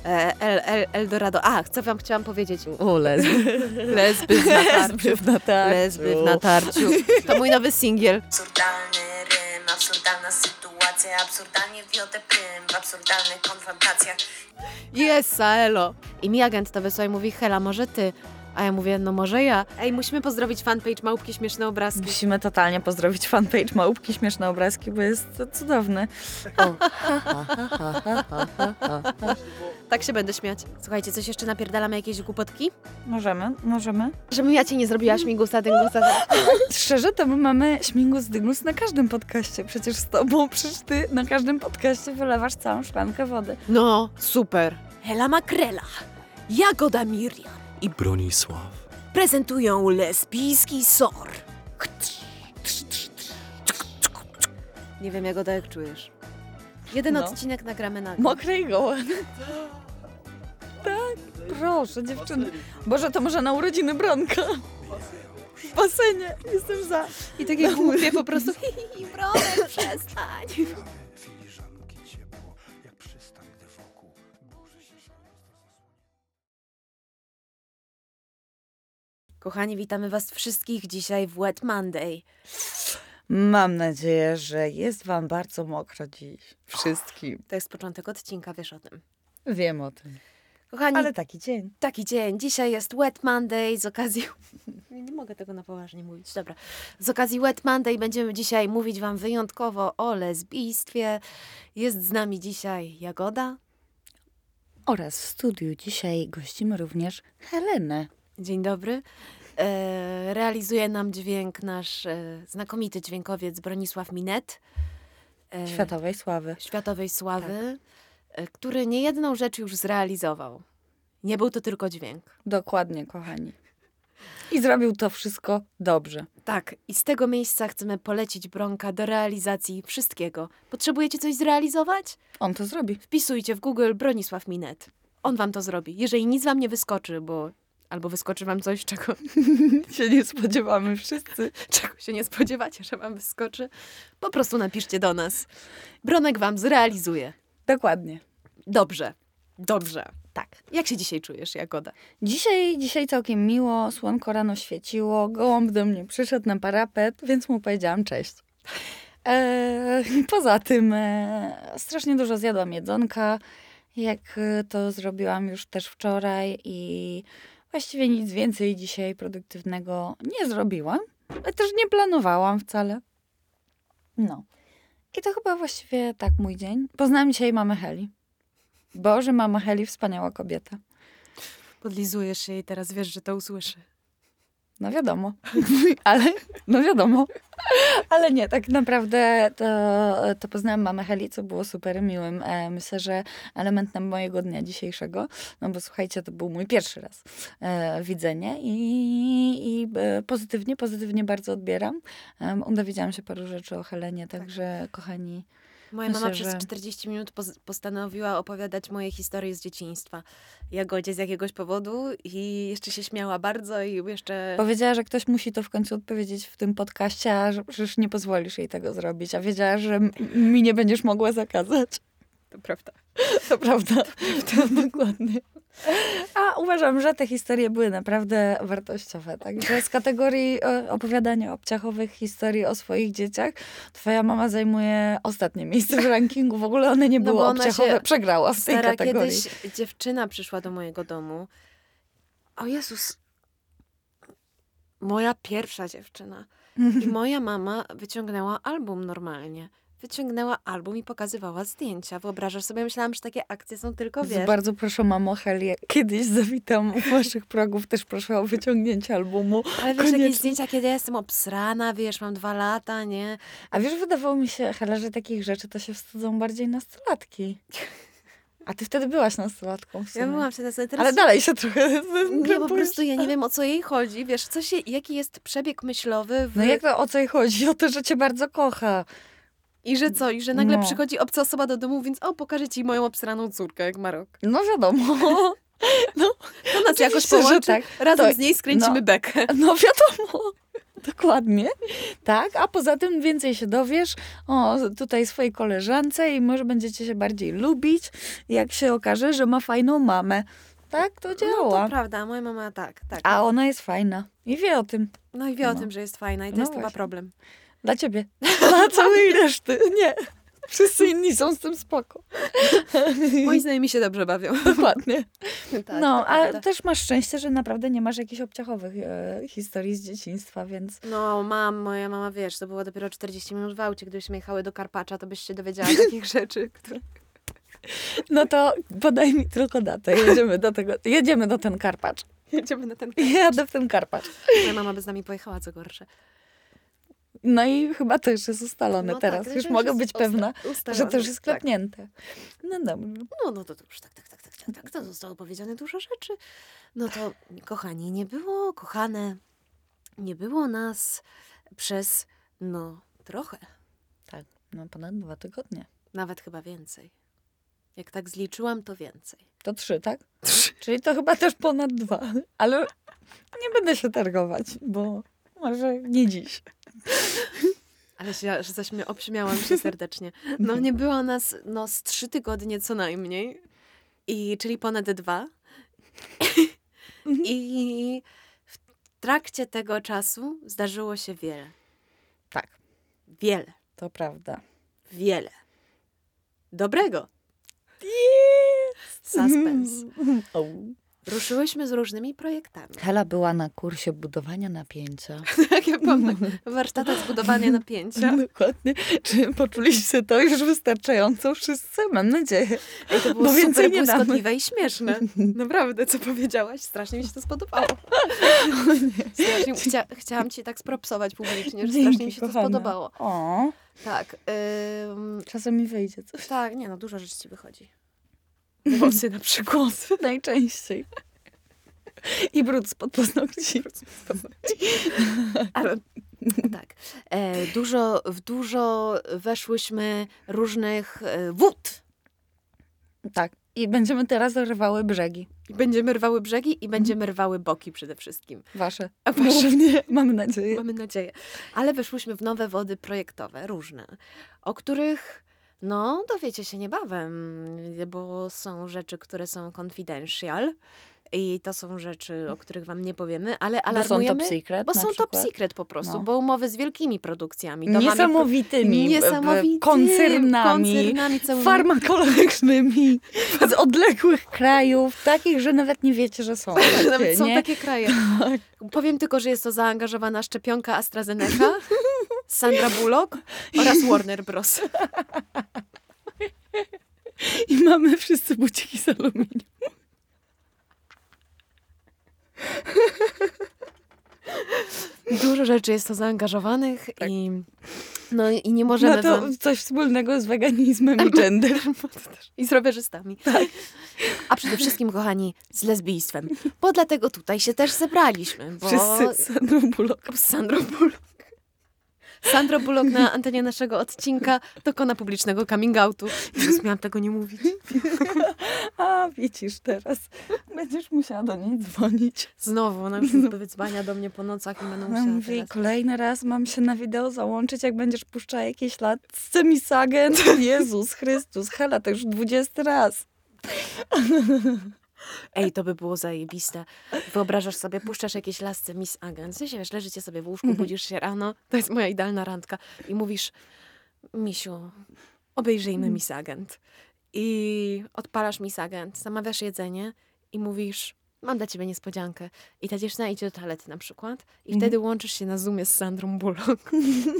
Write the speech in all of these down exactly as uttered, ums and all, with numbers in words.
El, El, Eldorado. A, co wam chciałam powiedzieć? O, lesby. Lesby w natarciu. Lesby w natarciu. Lesby w natarciu. To mój nowy singiel. Absurdalny rym, absurdalna sytuacja, absurdalnie wiodę prym w absurdalnych konfrontacjach. Jest, elo. I mi agent to wysłał i mówi, Hela, może ty? A ja mówię, no może ja. Ej, musimy pozdrowić fanpage Małpki Śmieszne Obrazki. Musimy totalnie pozdrowić fanpage Małpki Śmieszne Obrazki, bo jest to cudowny. O. Tak się będę śmiać. Słuchajcie, coś jeszcze napierdalamy, jakieś głupotki? Możemy, możemy. Żebym ja ci nie zrobiła śmigusa, dyngusa. Szczerze, to my mamy śmigus dygus na każdym podcaście. Przecież z tobą, przecież ty na każdym podcaście wylewasz całą szklankę wody. No, super. Hela Makrela, Jagoda Miriam i Bronisław prezentują lesbijski sor. Nie wiem, Jagoda, jak czujesz? Jeden No. odcinek nagramy na... Mokre i gołe. Tak, proszę dziewczyny. Boże, to może na urodziny Bronka. W basenie, jestem za. I takie głupie po prostu. Hi, hi, hi, Bronek, przestań. Filiżanki ciepło, jak przystań, gdy wokół burzy się szale. Kochani, witamy was wszystkich dzisiaj w Wet Monday. Mam nadzieję, że jest wam bardzo mokro dziś. Wszystkim. To jest początek odcinka, wiesz o tym. Wiem o tym. Kochani, Ale taki dzień. taki dzień. Dzisiaj jest Wet Monday z okazji... Nie, nie mogę tego na poważnie mówić. Dobra. Z okazji Wet Monday będziemy dzisiaj mówić wam wyjątkowo o lesbijstwie. Jest z nami dzisiaj Jagoda. Oraz w studiu dzisiaj gościmy również Helenę. Dzień dobry. E, realizuje nam dźwięk nasz e, znakomity dźwiękowiec Bronisław Minet. E, Światowej sławy. światowej sławy, e, który niejedną rzecz już zrealizował. Nie był to tylko dźwięk. Dokładnie, kochani. I zrobił to wszystko dobrze. Tak, i z tego miejsca chcemy polecić Bronka do realizacji wszystkiego. Potrzebujecie coś zrealizować? On to zrobi. Wpisujcie w Google Bronisław Minet. On wam to zrobi. Jeżeli nic wam nie wyskoczy, bo albo wyskoczy wam coś, czego, Się nie spodziewamy wszyscy. czego się nie spodziewacie, że wam wyskoczy, po prostu napiszcie do nas. Bronek wam zrealizuje. Dokładnie. Dobrze, dobrze. Tak. Jak się dzisiaj czujesz, Jagoda? Dzisiaj, dzisiaj całkiem miło, słonko rano świeciło, gołąb do mnie przyszedł na parapet, więc mu powiedziałam cześć. E, poza tym e, strasznie dużo zjadłam jedzonka, jak e, to zrobiłam już też wczoraj i właściwie nic więcej dzisiaj produktywnego nie zrobiłam, ale też nie planowałam wcale. No. I to chyba właściwie tak mój dzień. Poznałam dzisiaj mamę Heli. Boże, mama Heli, wspaniała kobieta. Podlizujesz się i teraz wiesz, że to usłyszy. No wiadomo, ale no wiadomo. Ale nie, tak naprawdę to, to poznałam mamę Heli, co było super miłym. E, myślę, że elementem mojego dnia dzisiejszego, no bo słuchajcie, to był mój pierwszy raz e, widzenie i, i e, pozytywnie, pozytywnie bardzo odbieram. E, dowiedziałam się paru rzeczy o Helenie, także kochani, Moja Myślę, mama przez że- czterdzieści minut poz- postanowiła opowiadać moje historie z dzieciństwa. Jagodzie z jakiegoś powodu i jeszcze się śmiała bardzo i jeszcze... powiedziała, że ktoś musi to w końcu odpowiedzieć w tym podcaście, a że przecież nie pozwolisz jej tego zrobić, a wiedziała, że m- mi nie będziesz mogła zakazać. To prawda. To prawda. To dokładnie. A uważam, że te historie były naprawdę wartościowe. Także z kategorii e, opowiadania obciachowych historii o swoich dzieciach, twoja mama zajmuje ostatnie miejsce w rankingu. W ogóle one nie No były bo ona obciachowe. się Przegrała w tej Stara, kategorii. kiedyś dziewczyna przyszła do mojego domu. O Jezus. Moja pierwsza dziewczyna. I moja mama wyciągnęła album normalnie. Wyciągnęła album i pokazywała zdjęcia. Wyobrażasz sobie? Myślałam, że takie akcje są tylko, wiesz... Bardzo proszę, mamo Heli, jak kiedyś zawitam u waszych progów, też proszę o wyciągnięcie albumu. Ale wiesz, Koniecznie. jakieś zdjęcia, kiedy ja jestem obsrana, wiesz, mam dwa lata, nie? A wiesz, wydawało mi się, Hela, że takich rzeczy to się wstydzą bardziej nastolatki. A ty wtedy byłaś nastolatką w sumie. Ja byłam wtedy sobie teraz... Ale dalej się trochę Nie, po krępujesz. prostu ja nie wiem, o co jej chodzi. Wiesz, co się, jaki jest przebieg myślowy w... No jak to, o co jej chodzi? O to, że cię bardzo kocha. I że co? I że nagle No. przychodzi obca osoba do domu, więc o, pokażę ci moją obsraną córkę, jak ma rok. No wiadomo. No, To nas jakoś Oczywiście, że połączy. tak. Razem To- z niej skręcimy no. bekę. no wiadomo. Dokładnie. Tak, a poza tym więcej się dowiesz o tutaj swojej koleżance i może będziecie się bardziej lubić, jak się okaże, że ma fajną mamę. Tak to No działa. to prawda, moja mama tak, tak. A ona jest fajna i wie o tym. No i wie o No. tym, że jest fajna i to No jest chyba właśnie. problem. Dla ciebie. Dla całej reszty. Nie. Wszyscy inni są z tym spoko. Moi znajomi się dobrze bawią. Dokładnie. tak, No, to ale prawda. też masz szczęście, że naprawdę nie masz jakichś obciachowych e, historii z dzieciństwa, więc No mam, moja mama, wiesz, to było dopiero czterdzieści minut w aucie, gdybyśmy jechały do Karpacza, to byś się dowiedziała takich rzeczy, które... no to podaj mi tylko datę. Jedziemy do tego. Jedziemy do ten Karpacz. Jedziemy na ten... Jadę w ten Karpacz. Moja mama by z nami pojechała, co gorsze. No i chyba to już jest ustalone No teraz. tak, już że mogę jest być usta- pewna, ustalone, że to już jest tak. klepnięte. No dobrze. No, no to dobrze, tak, tak, tak, tak, tak, tak, to zostało powiedziane dużo rzeczy. No to, kochani, nie było, kochane, nie było nas przez, no, trochę, Tak, no ponad dwa tygodnie. nawet chyba więcej. Jak tak zliczyłam, to więcej. To trzy, tak? Czyli to chyba też ponad dwa. Ale nie będę się targować, bo może nie dziś. Ale się, że zaśmia- obśmiałam się serdecznie. No nie było nas, no, z trzy tygodnie co najmniej. I, czyli ponad dwa. I w trakcie tego czasu zdarzyło się wiele. Tak, Wiele. to prawda. Wiele. Dobrego. Yes! Suspens. O. Ruszyłyśmy z różnymi projektami. Hela była na kursie budowania napięcia. Jak ja byłam na warsztatach zbudowania napięcia. Dokładnie. Czy poczuliście to już wystarczająco wszyscy? Mam nadzieję. Ej, to było Bo super więcej nie damy. błyskotliwe i śmieszne. Naprawdę, co powiedziałaś, strasznie mi się to spodobało. Strasznie, chcia, chciałam ci tak spropsować publicznie, że strasznie mi się to kochana. spodobało. O, Tak. Ym, czasem mi wyjdzie coś. tak, nie no, dużo rzeczy ci wychodzi. Włosy na przykład. Najczęściej. I brud spod paznokci. Ale, tak. E, dużo, w dużo weszłyśmy różnych e, wód. Tak. I będziemy teraz rwały brzegi. I będziemy rwały brzegi i będziemy rwały boki przede wszystkim. Wasze. A wasze. Głównie, mamy nadzieję. Mamy nadzieję. Ale weszłyśmy w nowe wody projektowe, różne, o których, no, dowiecie się niebawem, bo są rzeczy, które są confidential i to są rzeczy, o których wam nie powiemy, ale Bo są alarmujemy, top secret bo na są top przykład. secret po prostu, No. bo umowy z wielkimi produkcjami, domami, Niesamowitymi, niesamowitymi koncernami, koncernami całymi. farmakologicznymi z odległych krajów, takich, że nawet nie wiecie, że są. Takie, Nawet są nie? takie kraje. Powiem tylko, że jest to zaangażowana szczepionka AstraZeneca, Sandra Bullock oraz Warner Bros. I mamy wszyscy buciki z aluminium. Dużo rzeczy jest to zaangażowanych i, no, i nie możemy Ma to wam... coś wspólnego z weganizmem i gender. I z rowerzystami. A przede wszystkim, kochani, z lesbijstwem. Bo dlatego tutaj się też zebraliśmy. Bo... Wszyscy z Sandrą Bullock. Z Sandrą Bullock. Sandra Bullock na antenie naszego odcinka dokona publicznego coming outu. Jezus, miałam tego nie mówić. A, widzisz teraz. Będziesz musiała do niej dzwonić. Znowu, ona już wyzwania do mnie po nocach i będę Ona musiała mówi, teraz... kolejny raz mam się na wideo załączyć, jak będziesz puszczała jakieś lat z Miss Agent. Jezus Chrystus, Hela, to już dwudziesty raz. Ej, to by było zajebiste. Wyobrażasz sobie, puszczasz jakieś lasce Miss Agent. W sensie, wiesz, leżycie sobie w łóżku, budzisz się rano. To jest moja idealna randka. I mówisz, Misiu, obejrzyjmy Miss Agent. I odpalasz Miss Agent, zamawiasz jedzenie i mówisz, mam dla ciebie niespodziankę. I ta dziewczyna idzie do toalety na przykład. I Mhm. wtedy łączysz się na Zoomie z Sandrą Bullock.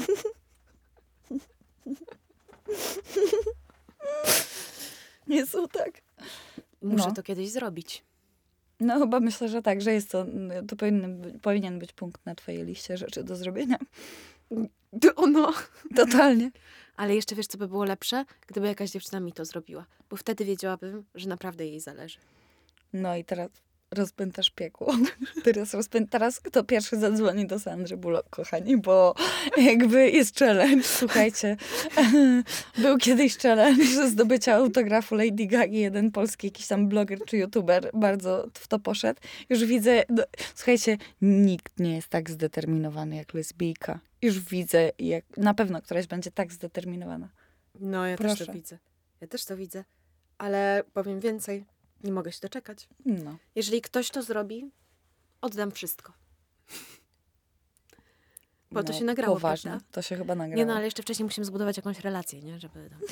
Jezu, tak. Muszę No. to kiedyś zrobić. No chyba myślę, że tak, że jest to, to powinien, być- powinien być punkt na twojej liście rzeczy do zrobienia. Ono. Totalnie. Ale jeszcze wiesz, co by było lepsze? Gdyby jakaś dziewczyna mi to zrobiła. Bo wtedy wiedziałabym, że naprawdę jej zależy. No i teraz rozpętasz piekło. Teraz, rozpę... Teraz kto pierwszy zadzwoni do Sandry Bullock, kochani, bo jakby jest challenge, słuchajcie. Był kiedyś challenge zdobycia autografu Lady Gagi, jeden polski jakiś tam bloger czy youtuber bardzo w to poszedł. Już widzę, no, słuchajcie, nikt nie jest tak zdeterminowany jak lesbijka. Już widzę, jak na pewno któraś będzie tak zdeterminowana. No, ja Proszę. też to widzę. Ja też to widzę. Ale powiem więcej. Nie mogę się doczekać. No. Jeżeli ktoś to zrobi, oddam wszystko. Bo to No, się nagrało, poważnie. prawda? To się chyba nagrało. Nie no, ale jeszcze wcześniej musimy zbudować jakąś relację, nie? Żeby tam...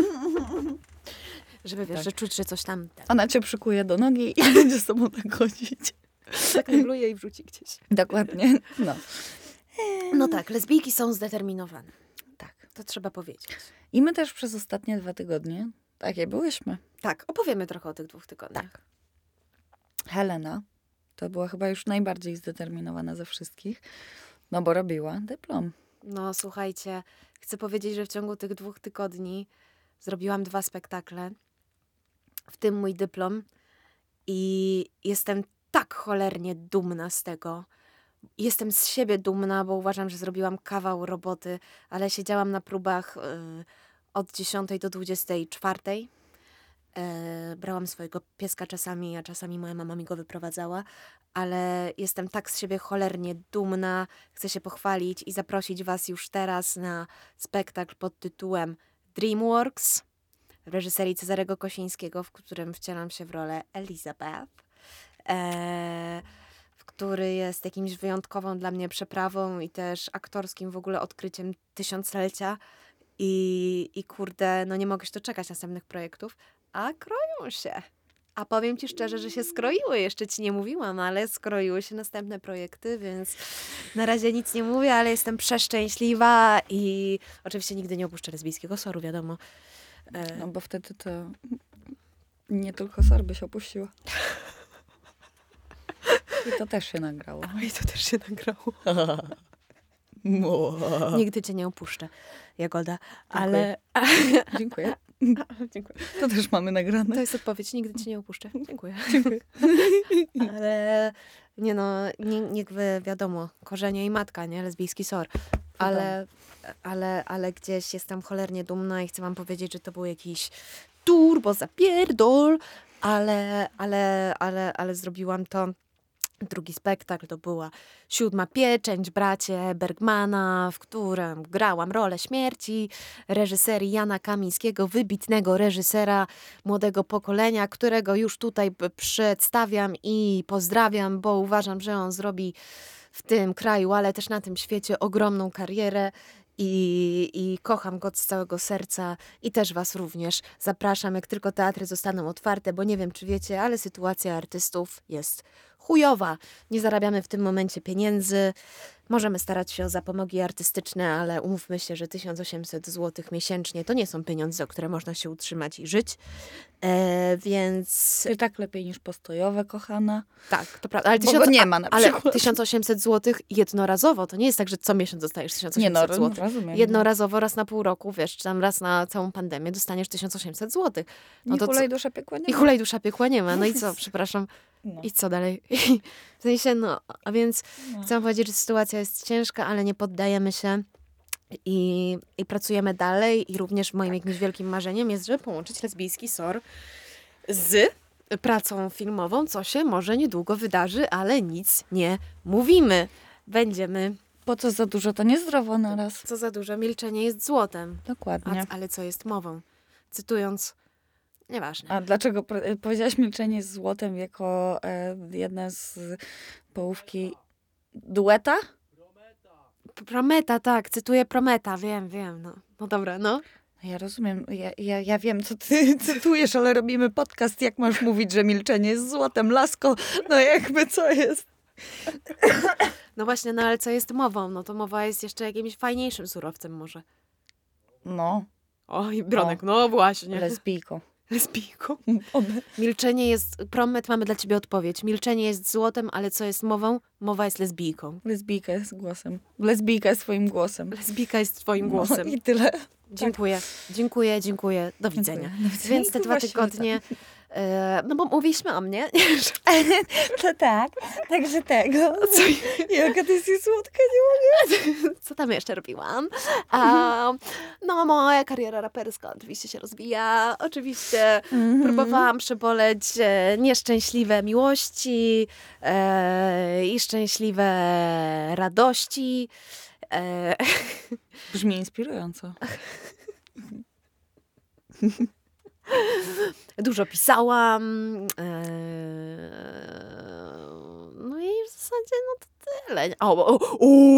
Żeby, wiesz, Tak. że czuć, że coś tam... Tak, Ona cię przykuje do nogi i będzie z tobą tak chodzić. zakręgluje i wrzuci gdzieś. Dokładnie. No. No tak, lesbijki są zdeterminowane. Tak. To trzeba powiedzieć. I my też przez ostatnie dwa tygodnie takie byłyśmy. Tak, opowiemy trochę o tych dwóch tygodniach. Tak. Helena to była chyba już najbardziej zdeterminowana ze wszystkich, no bo robiła dyplom. No słuchajcie, chcę powiedzieć, że w ciągu tych dwóch tygodni zrobiłam dwa spektakle, w tym mój dyplom i jestem tak cholernie dumna z tego. Jestem z siebie dumna, bo uważam, że zrobiłam kawał roboty, ale siedziałam na próbach y, od dziesiątej do dwudziestej czwartej. E, brałam swojego pieska czasami, a czasami moja mama mi go wyprowadzała, ale jestem tak z siebie cholernie dumna. Chcę się pochwalić i zaprosić was już teraz na spektakl pod tytułem DreamWorks w reżyserii Cezarego Kosińskiego, w którym wcielam się w rolę Elizabeth, e, w który jest jakimś wyjątkową dla mnie przeprawą i też aktorskim w ogóle odkryciem tysiąclecia. I, I kurde, no nie mogę się doczekać następnych projektów, a kroją się. A powiem ci szczerze, że się skroiły, jeszcze ci nie mówiłam, ale skroiły się następne projekty, więc na razie nic nie mówię, ale jestem przeszczęśliwa i oczywiście nigdy nie opuszczę lesbijskiego soru, wiadomo. E, No bo wtedy to nie tylko Sorby się opuściła. I to też się nagrało. I to też się nagrało. Mo. Nigdy cię nie opuszczę, Jagoda, ale... Dziękuję. Dziękuję. To też mamy To nagrane. jest odpowiedź, nigdy cię nie opuszczę. Dziękuję. Dziękuję. Ale nie no, nie, jakby wiadomo, korzenie i matka, nie? Lesbijski sor. Ale, ale, ale gdzieś jestem cholernie dumna i chcę wam powiedzieć, że to był jakiś turbo zapierdol, ale, ale, ale, ale zrobiłam to. Drugi spektakl to była Siódma Pieczęć, bracie Bergmana, w którym grałam rolę śmierci, reżyserii Jana Kamińskiego, wybitnego reżysera młodego pokolenia, którego już tutaj p- przedstawiam i pozdrawiam, bo uważam, że on zrobi w tym kraju, ale też na tym świecie ogromną karierę. I, I kocham go z całego serca i też was również zapraszam, jak tylko teatry zostaną otwarte, bo nie wiem, czy wiecie, ale sytuacja artystów jest chujowa. Nie zarabiamy w tym momencie pieniędzy. Możemy starać się o zapomogi artystyczne, ale umówmy się, że tysiąc osiemset złotych miesięcznie to nie są pieniądze, za które można się utrzymać i żyć. E, więc I tak lepiej niż postojowe, kochana. tak, to prawda. Ale, Bo tysiąc, go nie ma na ale przykład. tysiąc osiemset złotych jednorazowo, to nie jest tak, że co miesiąc dostajesz tysiąc Nie no, osiemset złotych. rozumiem. Jednorazowo, raz na pół roku, wiesz, czy tam raz na całą pandemię dostaniesz tysiąc osiemset złotych. No No to to co? hulaj dusza piekła nie I ma. hulaj dusza piekła nie ma. No i co, przepraszam. No. I co dalej? W sensie, no, a więc No. chcę powiedzieć, że sytuacja jest ciężka, ale nie poddajemy się i, i pracujemy dalej. I również moim jakimś wielkim marzeniem jest, żeby połączyć lesbijski sor z pracą filmową, co się może niedługo wydarzy, ale nic nie mówimy. Będziemy, Po co za dużo, to niezdrowo naraz. co za dużo, milczenie jest złotem. A, Dokładnie. ale co jest mową? Cytując, nieważne. A dlaczego pro- powiedziałaś milczenie z złotem jako e, jedna z połówki dueta? Prometa, tak, cytuję Prometa, wiem, wiem, no. No dobra, no. Ja rozumiem, ja, ja, ja wiem, co ty cytujesz, ale robimy podcast, jak masz mówić, że milczenie jest złotem, lasko, no jakby co jest? No właśnie, no ale co jest mową? No to mowa jest jeszcze jakimś fajniejszym surowcem może. No, Oj, Bronek, no właśnie. lesbijką. Lesbijką. One. Milczenie jest, Promet, mamy dla ciebie odpowiedź. Milczenie jest złotem, ale co jest mową? Mowa jest lesbijką. Lesbijka jest głosem. Lesbijka jest swoim głosem. Lesbijka jest twoim głosem. No, i tyle. Dziękuję, dziękuję, dziękuję. Do widzenia. Dziękuję. Do widzenia. Więc te dwa Właśnie tygodnie E, no bo mówiliśmy o mnie. To tak, także tego. Co, Jaka ty jesteś słodka, nie mogę. co tam jeszcze robiłam? A, no moja kariera raperska oczywiście się rozwija. Oczywiście próbowałam przeboleć e, nieszczęśliwe miłości e, i szczęśliwe radości. E, Brzmi inspirująco. Dużo pisałam. e, No i w zasadzie no to tyle. O, o,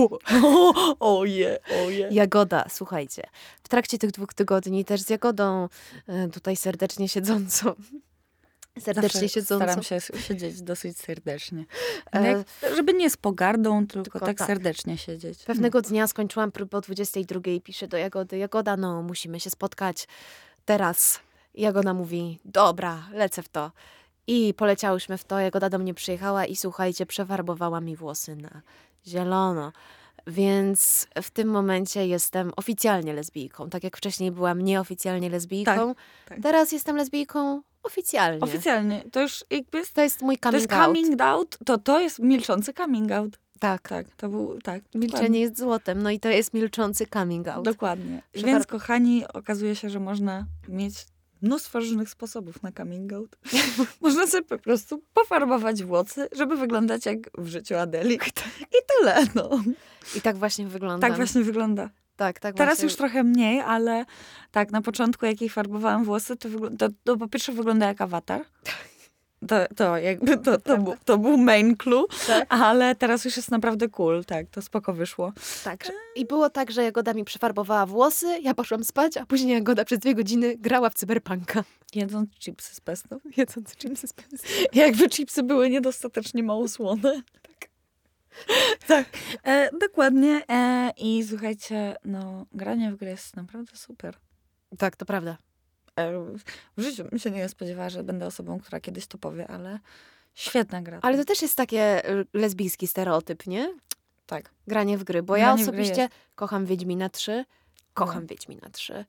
o, Oje, oje. Jagoda, słuchajcie. W trakcie tych dwóch tygodni też z Jagodą, e, tutaj serdecznie siedzącą. Serdecznie Zawsze siedzącą. staram się s- siedzieć dosyć serdecznie. E, Jak, żeby nie z pogardą, tylko, tylko tak, tak. serdecznie siedzieć. Pewnego dnia skończyłam próbę o dwudziestej drugiej i piszę do Jagody. Jagoda, no musimy się spotkać teraz. I Jagoda mówi, dobra, lecę w to. I poleciałyśmy w to. Jagoda do mnie przyjechała i słuchajcie, przefarbowała mi włosy na zielono. Więc w tym momencie jestem oficjalnie lesbijką. Tak jak wcześniej byłam nieoficjalnie lesbijką, tak. teraz jestem lesbijką oficjalnie. Oficjalnie. To już jakby... To jest mój To coming jest out. coming out, to to jest milczący coming out. Tak. Tak, to był, tak. Milczenie jest złotem, no i to jest milczący coming out. Dokładnie. Przefar- Więc kochani, okazuje się, że można mieć mnóstwo różnych sposobów na coming out. Można sobie po prostu pofarbować włosy, żeby wyglądać jak w życiu Adeli. I tyle, no. I tak właśnie wygląda. Tak właśnie wygląda. Tak, tak Teraz właśnie. już trochę mniej, ale tak, na początku jak jej farbowałam włosy, to, wygl- to, to po pierwsze wygląda jak awatar. To, to jakby to, to, był, to był main clue, Tak. ale teraz już jest naprawdę cool, tak, to spoko wyszło. Tak. że- I było tak, że Jagoda mi przefarbowała włosy, ja poszłam spać, a później Jagoda przez dwie godziny grała w cyberpunka. Jedząc chipsy z pesto. Jedząc chipsy z pesto. Jakby chipsy były niedostatecznie mało słone. Tak. Tak, e, dokładnie. E, I słuchajcie, no granie w grę jest naprawdę super. Tak, to prawda. E, w życiu bym się nie spodziewała, że będę osobą, która kiedyś to powie, ale świetna gra. Ale to też jest takie y, lesbijski stereotyp, nie? tak. Granie w gry. Bo ja Granie w gry osobiście jest. kocham Wiedźmina trzy, kocham No. Wiedźmina trzy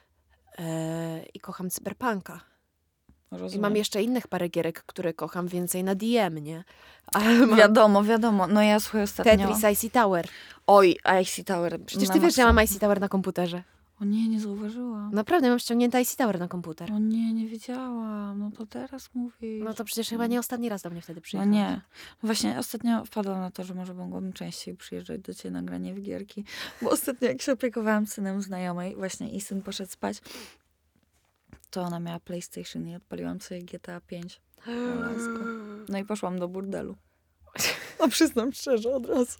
e, i kocham cyberpunka. I Rozumiem. mam jeszcze innych parę gierek, które kocham więcej na D M, nie? Ale mam Wiadomo, wiadomo. No ja słuchaj ostatnio... Tetris, Icy Tower. Oj, Icy Tower. Przecież na ty wiesz, że ja maksa. mam Icy Tower na komputerze. O nie, nie zauważyłam. Naprawdę, mam ściągnięte Icy Tower na komputer. O nie, nie wiedziałam. No to teraz mówisz. No to przecież chyba nie ostatni raz do mnie wtedy No przyjechał. nie. No właśnie ostatnio wpadłam na to, że może mogłabym częściej przyjeżdżać do ciebie na granie w gierki. Bo ostatnio jak się opiekowałam synem znajomej właśnie i syn poszedł spać, to ona miała PlayStation i odpaliłam sobie G T A pięć. No i poszłam do burdelu. No przyznam szczerze od razu.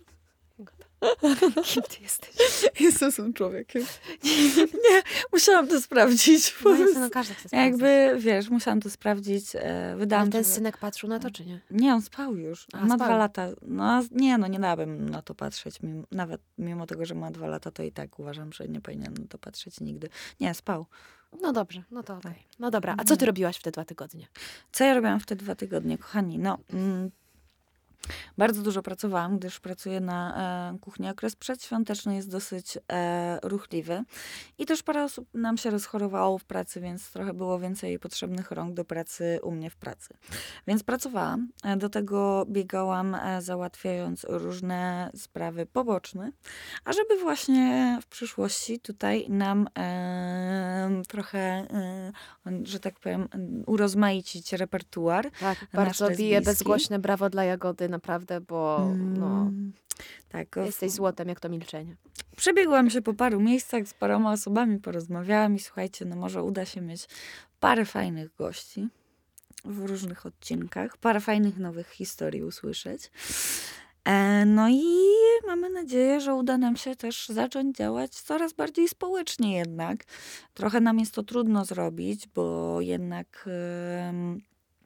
Kim ty jesteś? Jestem człowiekiem. Nie, musiałam to sprawdzić. Po No, jest, prostu. no każdy chce sprawdzić. Jakby, wiesz, musiałam to sprawdzić. E, wydałam Ale ten to, że- synek patrzył na to, czy nie? Nie, on spał już. A, On ma spał. dwa lata. No a z- nie, no nie dałabym na to patrzeć. Mimo, nawet mimo tego, że ma dwa lata, to i tak uważam, że nie powinien na to patrzeć nigdy. Nie, spał. No dobrze, no to okej. No dobra, a co ty robiłaś w te dwa tygodnie? Co ja robiłam w te dwa tygodnie, kochani? No, mm, bardzo dużo pracowałam, gdyż pracuję na e, kuchni. Okres przedświąteczny jest dosyć e, ruchliwy. I też parę osób nam się rozchorowało w pracy, więc trochę było więcej potrzebnych rąk do pracy u mnie w pracy. Więc pracowałam. E, do tego biegałam, e, załatwiając różne sprawy poboczne. A żeby właśnie w przyszłości tutaj nam e, trochę, e, że tak powiem, urozmaicić repertuar. Tak, Nasz bardzo bije lesbijski. bezgłośne brawo dla Jagody, naprawdę, bo no, Mm, tak, o, jesteś złotem jak to milczenie. przebiegłam się po paru miejscach, z paroma osobami porozmawiałam i słuchajcie, no może uda się mieć parę fajnych gości w różnych odcinkach, parę fajnych nowych historii usłyszeć. E, no i mamy nadzieję, że uda nam się też zacząć działać coraz bardziej społecznie jednak. Trochę nam jest to trudno zrobić, bo jednak em,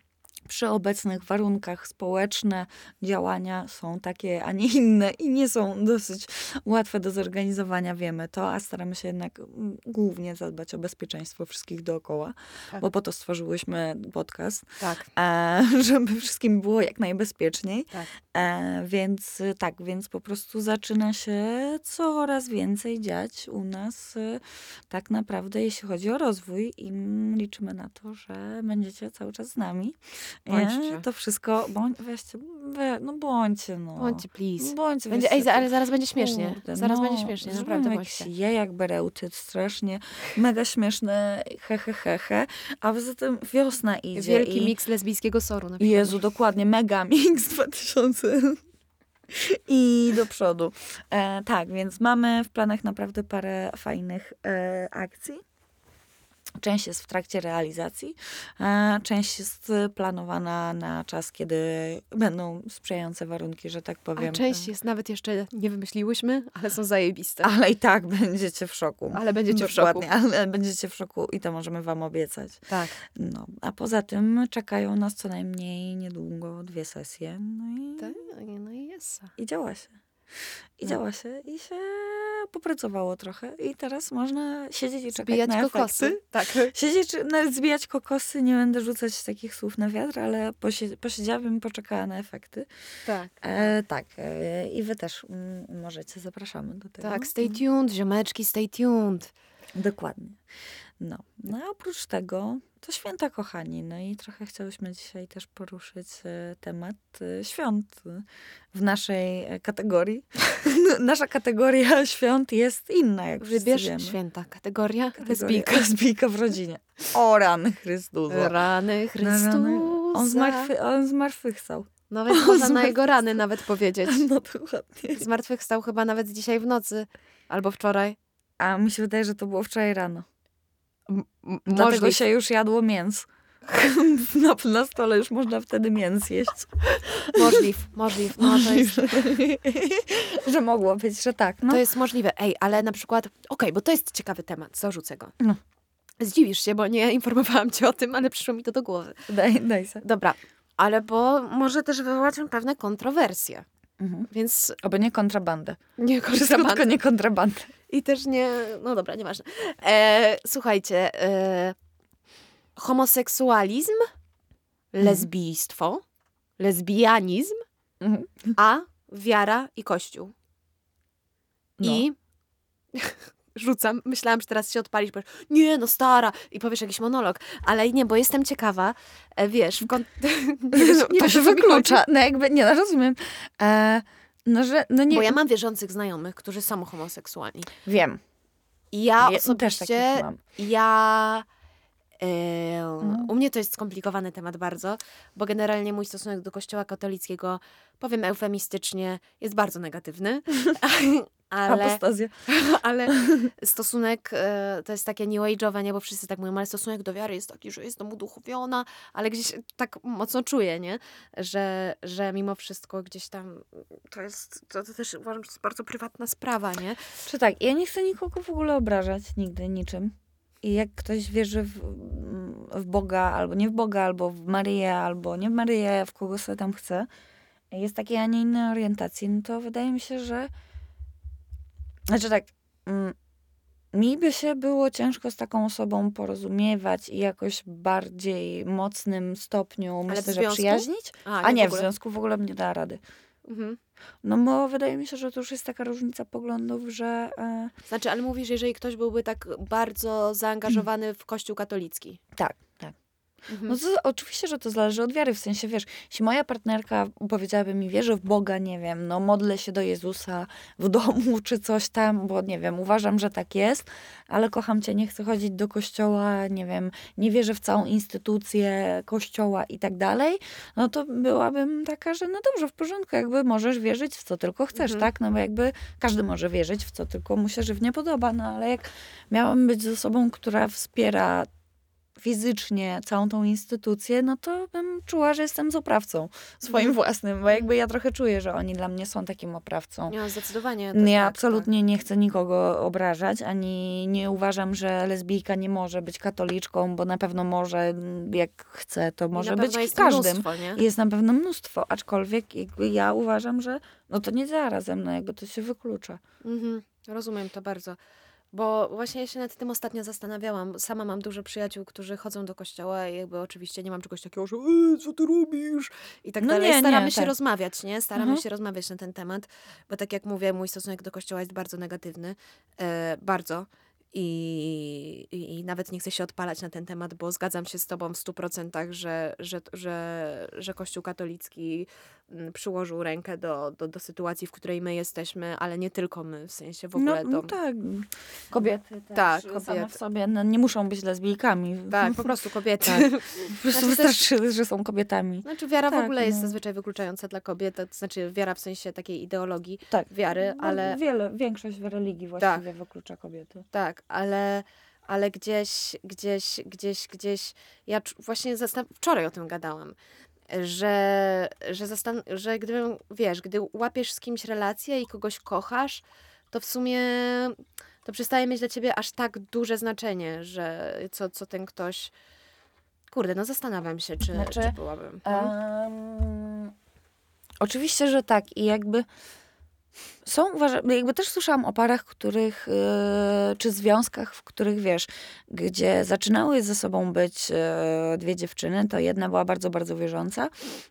przy obecnych warunkach społeczne działania są takie, a nie inne i nie są dosyć łatwe do zorganizowania, wiemy to, a staramy się jednak mm, głównie zadbać o bezpieczeństwo wszystkich dookoła, Tak. bo po to stworzyłyśmy podcast, Tak, e, żeby wszystkim było jak najbezpieczniej. tak. E, więc y, tak, więc po prostu zaczyna się coraz więcej dziać u nas y, tak naprawdę, jeśli chodzi o rozwój i mm, liczymy na to, że będziecie cały czas z nami. Bądźcie. E, to wszystko, bądź, weźcie, we, no bądźcie, no. Bądźcie, please. Bądźcie, Będzie, ej, weźcie za- ale zaraz będzie śmiesznie. Kurde, Zaraz no, będzie śmiesznie, zrobimy naprawdę jakiś bądźcie. je jak berełty, strasznie, mega śmieszne, he, he, he, he. A poza tym wiosna idzie. Wielki i... miks lesbijskiego soru na przykład. Jezu, dokładnie, mega mix dwa tysiące i do przodu. E, tak, więc mamy w planach naprawdę parę fajnych e, akcji. Część jest w trakcie realizacji, a część jest planowana na czas, kiedy będą sprzyjające warunki, że tak powiem. A część jest nawet jeszcze nie wymyśliłyśmy, ale są zajebiste. Ale i tak będziecie w szoku. Ale będziecie w szoku. Dokładnie, ale będziecie w szoku i to możemy wam obiecać. Tak. No, a poza tym czekają nas co najmniej niedługo dwie sesje. No i, Tak, no i jest. i działa się. I No. działa się. I się popracowało trochę. I teraz można siedzieć i czekać Zbijać na kokosy. efekty. Tak. Siedzieć, czy nawet zbijać kokosy. Nie będę rzucać takich słów na wiatr, ale posie, posiedziałabym i poczekała na efekty. Tak. E, tak. E, I wy też mm, możecie. Zapraszamy do tego. Tak, stay tuned, ziomeczki, stay tuned. Dokładnie. No. No a oprócz tego to święta, kochani. No i trochę chciałyśmy dzisiaj też poruszyć e, temat e, świąt e, w naszej e, kategorii. Nasza kategoria świąt jest inna, jak wszyscy Wybierz wiemy. święta. Kategoria Kategoria lesbijka. lesbijka w rodzinie. O rany Chrystusa. Rany Na rany. Chrystusa. On, zmartwy, on zmartwychwstał. Nawet można na zmartwychwstał. jego rany nawet powiedzieć. No dokładnie. Zmartwychwstał chyba nawet dzisiaj w nocy. Albo wczoraj. A mi się wydaje, że to było wczoraj rano. M- m- Dlatego możliw. się już jadło mięs. na, na stole już można wtedy mięs jeść. Możliw, możliw. No to jest, że mogło być, że tak. No. to jest możliwe. Ej, ale na przykład, okej, bo to jest ciekawy temat, zarzucę go. No. Zdziwisz się, bo nie informowałam cię o tym, ale przyszło mi to do głowy. Daj, daj se. Dobra, ale bo może też wywołać pewne kontrowersje, Mhm. więc Oby nie kontrabandę. nie Wszystko kontrabandę. tylko nie kontrabandę. I też nie, no dobra, nieważne. E, słuchajcie, e, homoseksualizm, lesbijstwo, lesbianizm, Mhm. a wiara i kościół. No. I rzucam, myślałam, że teraz się odpalisz, powiesz, nie no stara, i powiesz jakiś monolog, ale nie, bo jestem ciekawa, e, wiesz, w kont- nie wiesz, nie to wiesz, się o co mi wyklucza. No jakby, nie, no rozumiem. E, no, że, no nie Bo ja mam wierzących znajomych, którzy są homoseksualni. wiem. I ja Ja osobiście, też takich mam. ja... E, Mhm. U mnie to jest skomplikowany temat bardzo, bo generalnie mój stosunek do kościoła katolickiego, powiem eufemistycznie, jest bardzo negatywny. Ale, Apostazja. ale stosunek e, to jest takie new age'owe, nie? Bo wszyscy tak mówią, ale stosunek do wiary jest taki, że jestem uduchowiona, ale gdzieś tak mocno czuję, nie? Że, że mimo wszystko gdzieś tam to jest, to, to też uważam, że to jest bardzo prywatna sprawa, nie? Czy tak, ja nie chcę nikogo w ogóle obrażać nigdy niczym. I jak ktoś wierzy w, w Boga, albo nie w Boga, albo w Maryję, albo nie w Maryję, w kogo sobie tam chce, jest takiej, a nie innej orientacji, no to wydaje mi się, że znaczy tak, mm, mi by się było ciężko z taką osobą porozumiewać i jakoś bardziej mocnym stopniu, w myślę, że związku? przyjaźnić. A, A nie, w ogóle. związku w ogóle bym nie dała rady. Mhm. No bo wydaje mi się, że to już jest taka różnica poglądów, że e, Znaczy, ale mówisz, jeżeli ktoś byłby tak bardzo zaangażowany w kościół katolicki. tak, tak. Mhm. No to oczywiście, że to zależy od wiary, w sensie, wiesz, jeśli moja partnerka powiedziałaby mi, wierzę w Boga, nie wiem, no modlę się do Jezusa w domu czy coś tam, bo nie wiem, uważam, że tak jest, ale kocham cię, nie chcę chodzić do kościoła, nie wiem, nie wierzę w całą instytucję kościoła i tak dalej, no to byłabym taka, że no dobrze, w porządku, jakby możesz wierzyć w co tylko chcesz, Mhm. tak? No bo jakby każdy może wierzyć w co tylko mu się żywnie podoba, no ale jak miałam być z osobą, która wspiera fizycznie całą tą instytucję, no to bym czuła, że jestem z oprawcą swoim własnym, bo jakby ja trochę czuję, że oni dla mnie są takim oprawcą. Ja zdecydowanie. To Ja tak, absolutnie nie chcę nikogo obrażać, ani nie uważam, że lesbijka nie może być katoliczką, bo na pewno może, jak chce, to tak. może I na być pewno jest każdym. mnóstwo, nie? Jest na pewno mnóstwo, aczkolwiek jakby ja uważam, że no to nie działa razem, no jakby to się wyklucza. Mhm, rozumiem to bardzo. Bo właśnie ja się nad tym ostatnio zastanawiałam. Sama mam dużo przyjaciół, którzy chodzą do kościoła i jakby oczywiście nie mam czegoś takiego, że e, co ty robisz? I tak No dalej. nie, Staramy nie, się tak. rozmawiać, nie? Staramy Mhm. się rozmawiać na ten temat, bo tak jak mówię, mój stosunek do kościoła jest bardzo negatywny. E, bardzo. I, i, I nawet nie chcę się odpalać na ten temat, bo zgadzam się z tobą w stu procentach, że, że, że, że Kościół katolicki mm, przyłożył rękę do, do, do sytuacji, w której my jesteśmy, ale nie tylko my, w sensie w ogóle No, no do... tak. Kobiety też Tak, same kobiety. w sobie no, nie muszą być lesbijkami. Tak, po prostu kobiety. Tak. Po prostu Znaczy też- wystarczy, że są kobietami. Znaczy wiara w Tak, ogóle jest no. zazwyczaj wykluczająca dla kobiet, to znaczy wiara w sensie takiej ideologii Tak. wiary, No, ale Wiele, większość religii właściwie wyklucza kobiety. tak, ale, ale gdzieś, gdzieś, gdzieś, gdzieś, ja czu- właśnie zastan- wczoraj o tym gadałam, że, że, zastan- że gdybym, wiesz, gdy łapiesz z kimś relację i kogoś kochasz, to w sumie to przestaje mieć dla ciebie aż tak duże znaczenie, że co, co ten ktoś... Kurde, no zastanawiam się, czy, Znaczy, czy byłabym. No? Em, oczywiście, że tak. I jakby są, uważam, jakby też słyszałam o parach, których, e, czy związkach, w których, wiesz, gdzie zaczynały ze sobą być e, dwie dziewczyny, to jedna była bardzo, bardzo wierząca,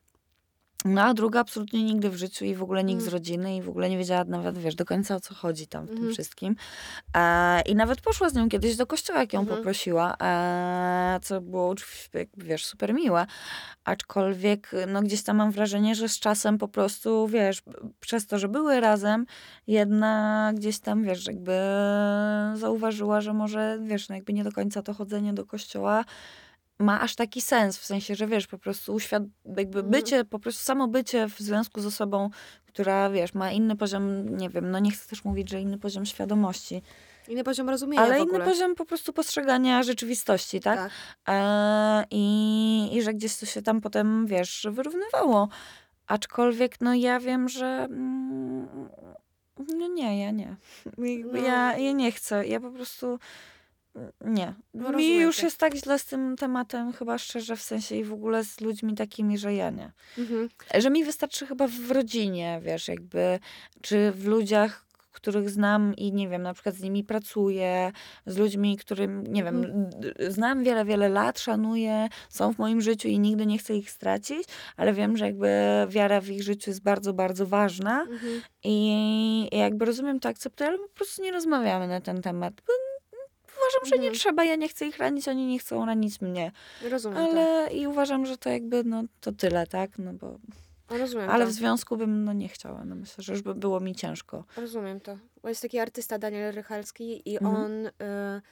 no a druga absolutnie nigdy w życiu i w ogóle nikt z Mhm. rodziny i w ogóle nie wiedziała nawet, wiesz, do końca o co chodzi tam w tym Mhm. wszystkim. E, I nawet poszła z nią kiedyś do kościoła, jak ją Mhm. poprosiła, e, co było, oczywiście, jakby, wiesz, super miłe. Aczkolwiek, no gdzieś tam mam wrażenie, że z czasem po prostu, wiesz, b- przez to, że były razem, jedna gdzieś tam, wiesz, jakby zauważyła, że może, wiesz, no jakby nie do końca to chodzenie do kościoła ma aż taki sens, w sensie, że wiesz, po prostu uświad... jakby Mhm. bycie, po prostu samo bycie w związku z osobą, która, wiesz, ma inny poziom, nie wiem, no nie chcę też mówić, że inny poziom świadomości, Inny poziom rozumienia ale w inny ogóle. poziom po prostu postrzegania rzeczywistości, tak? Tak. E, i, I że gdzieś to się tam potem, wiesz, wyrównywało. Aczkolwiek, no ja wiem, że mm, no nie, ja nie. Jakby No. Ja, ja nie chcę. Ja po prostu nie. No, Mi rozumiem już cię. jest tak źle z tym tematem, chyba szczerze, w sensie i w ogóle z ludźmi takimi, że ja nie. Mhm. Że mi wystarczy chyba w rodzinie, wiesz, jakby, czy w ludziach, których znam i nie wiem, na przykład z nimi pracuję, z ludźmi, którym, nie wiem, Mhm. d- znam wiele, wiele lat, szanuję, są w moim życiu i nigdy nie chcę ich stracić, ale wiem, że jakby wiara w ich życiu jest bardzo, bardzo ważna Mhm. i, i jakby rozumiem to, akceptuję, ale po prostu nie rozmawiamy na ten temat. Bo uważam, że nie Mhm. trzeba, ja nie chcę ich ranić, oni nie chcą ranić mnie, Rozumiem to. ale i uważam, że to jakby, no to tyle, tak, no bo... Rozumiem Ale to. w związku bym no nie chciała. No myślę, że już by było mi ciężko. Rozumiem to. Bo jest taki artysta Daniel Rychalski i Mhm. on y,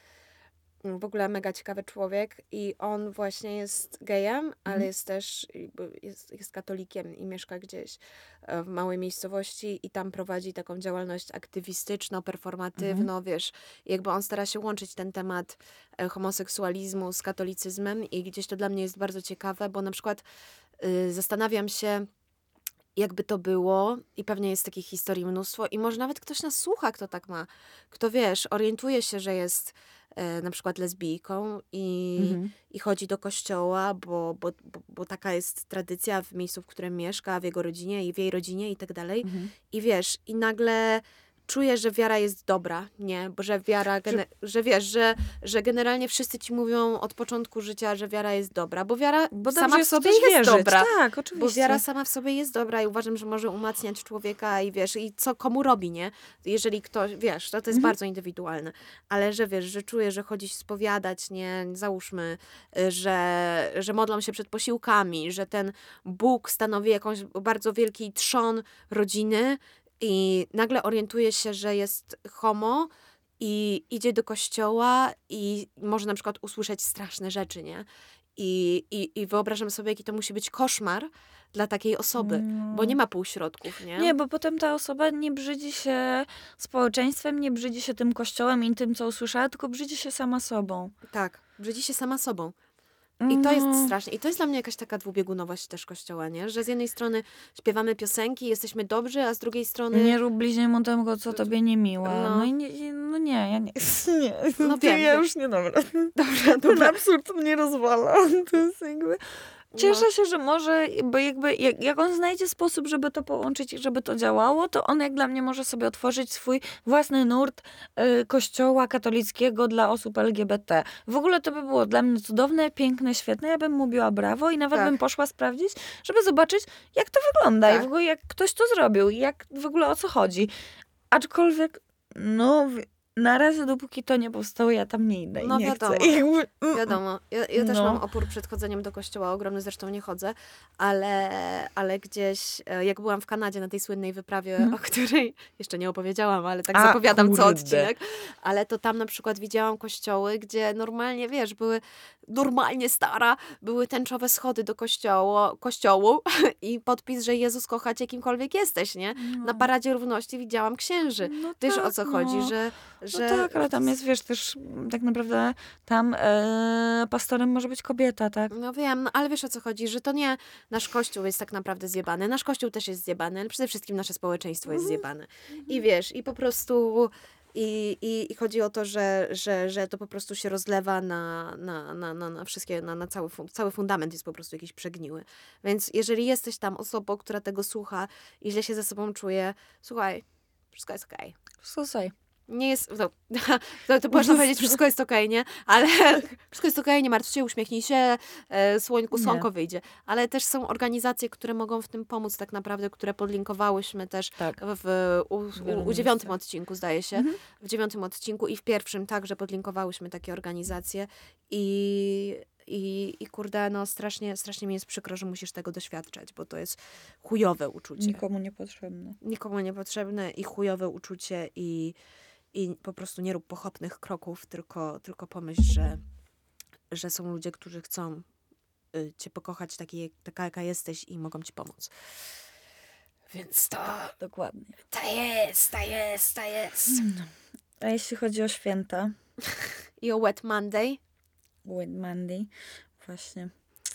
w ogóle mega ciekawy człowiek i on właśnie jest gejem, ale Mhm. jest też jakby jest, jest katolikiem i mieszka gdzieś e, w małej miejscowości i tam prowadzi taką działalność aktywistyczną, performatywną, wiesz, i jakby on stara się łączyć ten temat e, homoseksualizmu z katolicyzmem i gdzieś to dla mnie jest bardzo ciekawe, bo na przykład y, zastanawiam się, jakby to było i pewnie jest takich historii mnóstwo i może nawet ktoś nas słucha, kto tak ma, kto wiesz, orientuje się, że jest e, na przykład lesbijką i, Mhm. i chodzi do kościoła, bo, bo, bo, bo taka jest tradycja w miejscu, w którym mieszka, w jego rodzinie i w jej rodzinie i tak dalej. Mhm. I wiesz, i nagle czuję, że wiara jest dobra, nie? Bo że wiara, gene- że wiesz, że, że generalnie wszyscy ci mówią od początku życia, że wiara jest dobra, bo wiara Bo sama dobrze w jest sobie w coś jest wierzyć. dobra. Tak, oczywiście. Bo wiara sama w sobie jest dobra i uważam, że może umacniać człowieka i wiesz, i co komu robi, nie? Jeżeli ktoś, wiesz, to, to jest Mhm. bardzo indywidualne. Ale że wiesz, że czuję, że chodzi się spowiadać, nie? Załóżmy, y, że, że modlą się przed posiłkami, że ten Bóg stanowi jakąś bardzo wielki trzon rodziny i nagle orientuje się, że jest homo i idzie do kościoła i może na przykład usłyszeć straszne rzeczy, nie? I, i, I wyobrażam sobie, jaki to musi być koszmar dla takiej osoby, bo nie ma półśrodków, nie? Nie, bo potem ta osoba nie brzydzi się społeczeństwem, nie brzydzi się tym kościołem i tym, co usłyszała, tylko brzydzi się sama sobą. Tak, brzydzi się sama sobą. I to jest No. straszne. I to jest dla mnie jakaś taka dwubiegunowość też Kościoła, nie? Że z jednej strony śpiewamy piosenki, jesteśmy dobrzy, a z drugiej strony... Nie rób bliźniemu tego, co tobie niemiłe. No. No, i nie, nie- no nie, ja nie. nie. No To wiem, ja wiem. już nie, dobra. Dobra, Ten absurd mnie rozwala. To jest jakby... Cieszę No. się, że może, bo jakby jak, jak on znajdzie sposób, żeby to połączyć i żeby to działało, to on jak dla mnie może sobie otworzyć swój własny nurt y, kościoła katolickiego dla osób L G B T. W ogóle to by było dla mnie cudowne, piękne, świetne. Ja bym mu biła brawo i nawet Tak. bym poszła sprawdzić, żeby zobaczyć, jak to wygląda i Tak. w ogóle jak ktoś to zrobił i jak w ogóle o co chodzi. Aczkolwiek, no... w- Na razie, dopóki to nie powstało, ja tam nie idę i No nie wiadomo. chcę. I jakby, mm, Wiadomo, ja, ja też No. mam opór przed chodzeniem do kościoła, ogromny, zresztą nie chodzę, ale, ale gdzieś, e, jak byłam w Kanadzie na tej słynnej wyprawie, Mhm. o której jeszcze nie opowiedziałam, ale tak A, zapowiadam co kurde. odcinek, ale to tam na przykład widziałam kościoły, gdzie normalnie, wiesz, były normalnie stara, były tęczowe schody do kościoła, kościołu i podpis, że Jezus kocha cię kimkolwiek jesteś, nie? Na paradzie równości widziałam księży. No Wiesz tak, o co chodzi, no. że... No że tak, ale tam jest, wiesz, też m, tak naprawdę tam e, pastorem może być kobieta, tak? No wiem, no, ale wiesz o co chodzi, że to nie nasz kościół jest tak naprawdę zjebany. Nasz kościół też jest zjebany, ale przede wszystkim nasze społeczeństwo jest zjebane. I wiesz, i po prostu i, i, i chodzi o to, że, że, że to po prostu się rozlewa na, na, na, na, na wszystkie, na, na cały, fun- cały fundament jest po prostu jakiś przegniły. Więc jeżeli jesteś tam osobą, która tego słucha i źle się ze sobą czuje, słuchaj, wszystko jest okej. Słuchaj. Nie jest, no, to, to można powiedzieć, wszystko jest okej, nie? Ale wszystko jest okej, nie martw się, uśmiechnij się, e, słońku, Nie. słonko wyjdzie. Ale też są organizacje, które mogą w tym pomóc tak naprawdę, które podlinkowałyśmy też Tak. w, u, wielu u, u dziewiątym miejscach. odcinku, zdaje się. Mhm. W dziewiątym odcinku i w pierwszym także podlinkowałyśmy takie organizacje i... I, I kurde, no strasznie, strasznie mi jest przykro, że musisz tego doświadczać, bo to jest chujowe uczucie. Nikomu niepotrzebne. Nikomu niepotrzebne i chujowe uczucie i, i po prostu nie rób pochopnych kroków, tylko, tylko pomyśl, że, że są ludzie, którzy chcą y, cię pokochać taki, taka, jaka jesteś i mogą ci pomóc. Więc to, Dokładnie. to jest, to jest, to jest. A jeśli chodzi o święta, I o Wet Monday? Whit Monday, właśnie,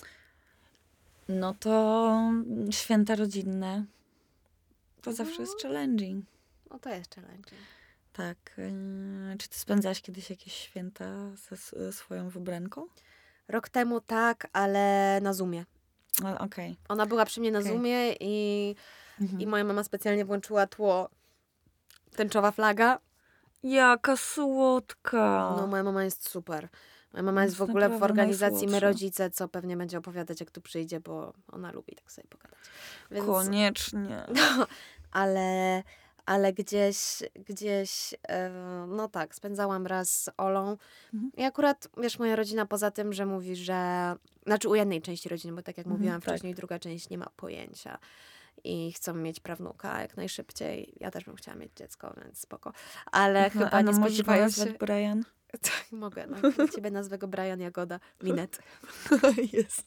no to święta rodzinne to zawsze jest challenging. No to jest challenge. Tak. Yy, czy ty spędzałaś kiedyś jakieś święta ze s- swoją wybranką? Rok temu tak, ale na Zoomie. No, okej. Ona była przy mnie na Okej. Zoomie i, Mhm. i moja mama specjalnie włączyła tło tęczowa flaga. Jaka słodka. No, moja mama jest super. Moja mama jest Jest w ogóle w naprawdę organizacji My najsłodsza. Rodzice, co pewnie będzie opowiadać, jak tu przyjdzie, bo ona lubi tak sobie pogadać. Więc, Koniecznie. no, ale, ale gdzieś, gdzieś, e, no tak, spędzałam raz z Olą. Mhm. I akurat, wiesz, moja rodzina poza tym, że mówi, że, znaczy u jednej części rodziny, bo tak jak Mhm, mówiłam tak. wcześniej, druga część nie ma pojęcia. I chcą mieć prawnuka jak najszybciej. Ja też bym chciała mieć dziecko, więc spoko. Ale No, chyba a no nie możesz spodziewają nazwać się... Brian? Tak, mogę. No. Dla ciebie nazwę go Brian Jagoda. Minet. Jest.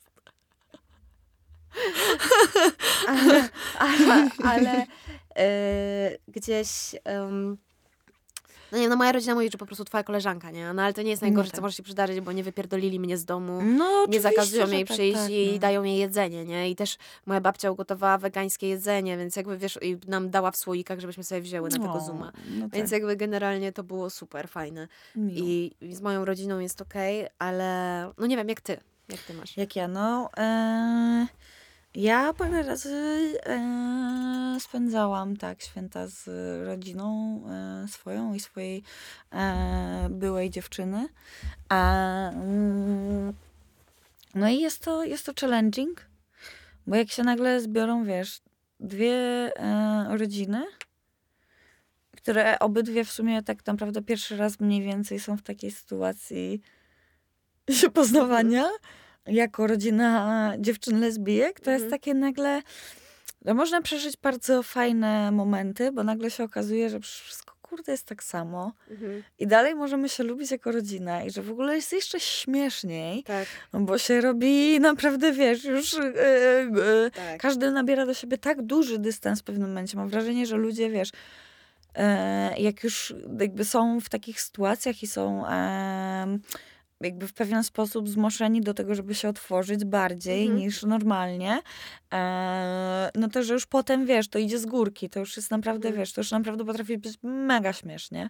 Ale, ale, ale e, gdzieś... em, no nie, no moja rodzina mówi, że po prostu twoja koleżanka, nie? No ale to nie jest No najgorsze, tak. co może się przydarzyć, bo nie wypierdolili mnie z domu. No, Nie oczywiście, zakazują że jej tak, przyjść tak, i no. dają jej jedzenie, nie? I też moja babcia ugotowała wegańskie jedzenie, więc jakby, wiesz, i nam dała w słoikach, żebyśmy sobie wzięły na tego O, Zooma. No Więc tak, jakby generalnie to było super fajne. miło. I, I z moją rodziną jest okej, ale no nie wiem, jak ty. Jak ty masz? Jak ja, no... E, ja parę razy e, spędzałam, tak, święta z rodziną e, swoją i swojej e, byłej dziewczyny. A, mm, no i jest to, jest to challenging, bo jak się nagle zbiorą, wiesz, dwie e, rodziny, które obydwie w sumie tak naprawdę pierwszy raz mniej więcej są w takiej sytuacji się poznawania, jako rodzina dziewczyn lesbijek, to jest Mhm. takie nagle, no można przeżyć bardzo fajne momenty, bo nagle się okazuje, że wszystko kurde jest tak samo Mhm. i dalej możemy się lubić jako rodzina i że w ogóle jest jeszcze śmieszniej, Tak, no bo się robi naprawdę, wiesz, już e, e, tak. każdy nabiera do siebie tak duży dystans w pewnym momencie. Mam wrażenie, że ludzie, wiesz, e, jak już jakby są w takich sytuacjach i są em, jakby w pewien sposób zmuszeni do tego, żeby się otworzyć bardziej Mhm. niż normalnie, e, no to, że już potem, wiesz, to idzie z górki, to już jest naprawdę, Mhm. wiesz, to już naprawdę potrafi być mega śmiesznie.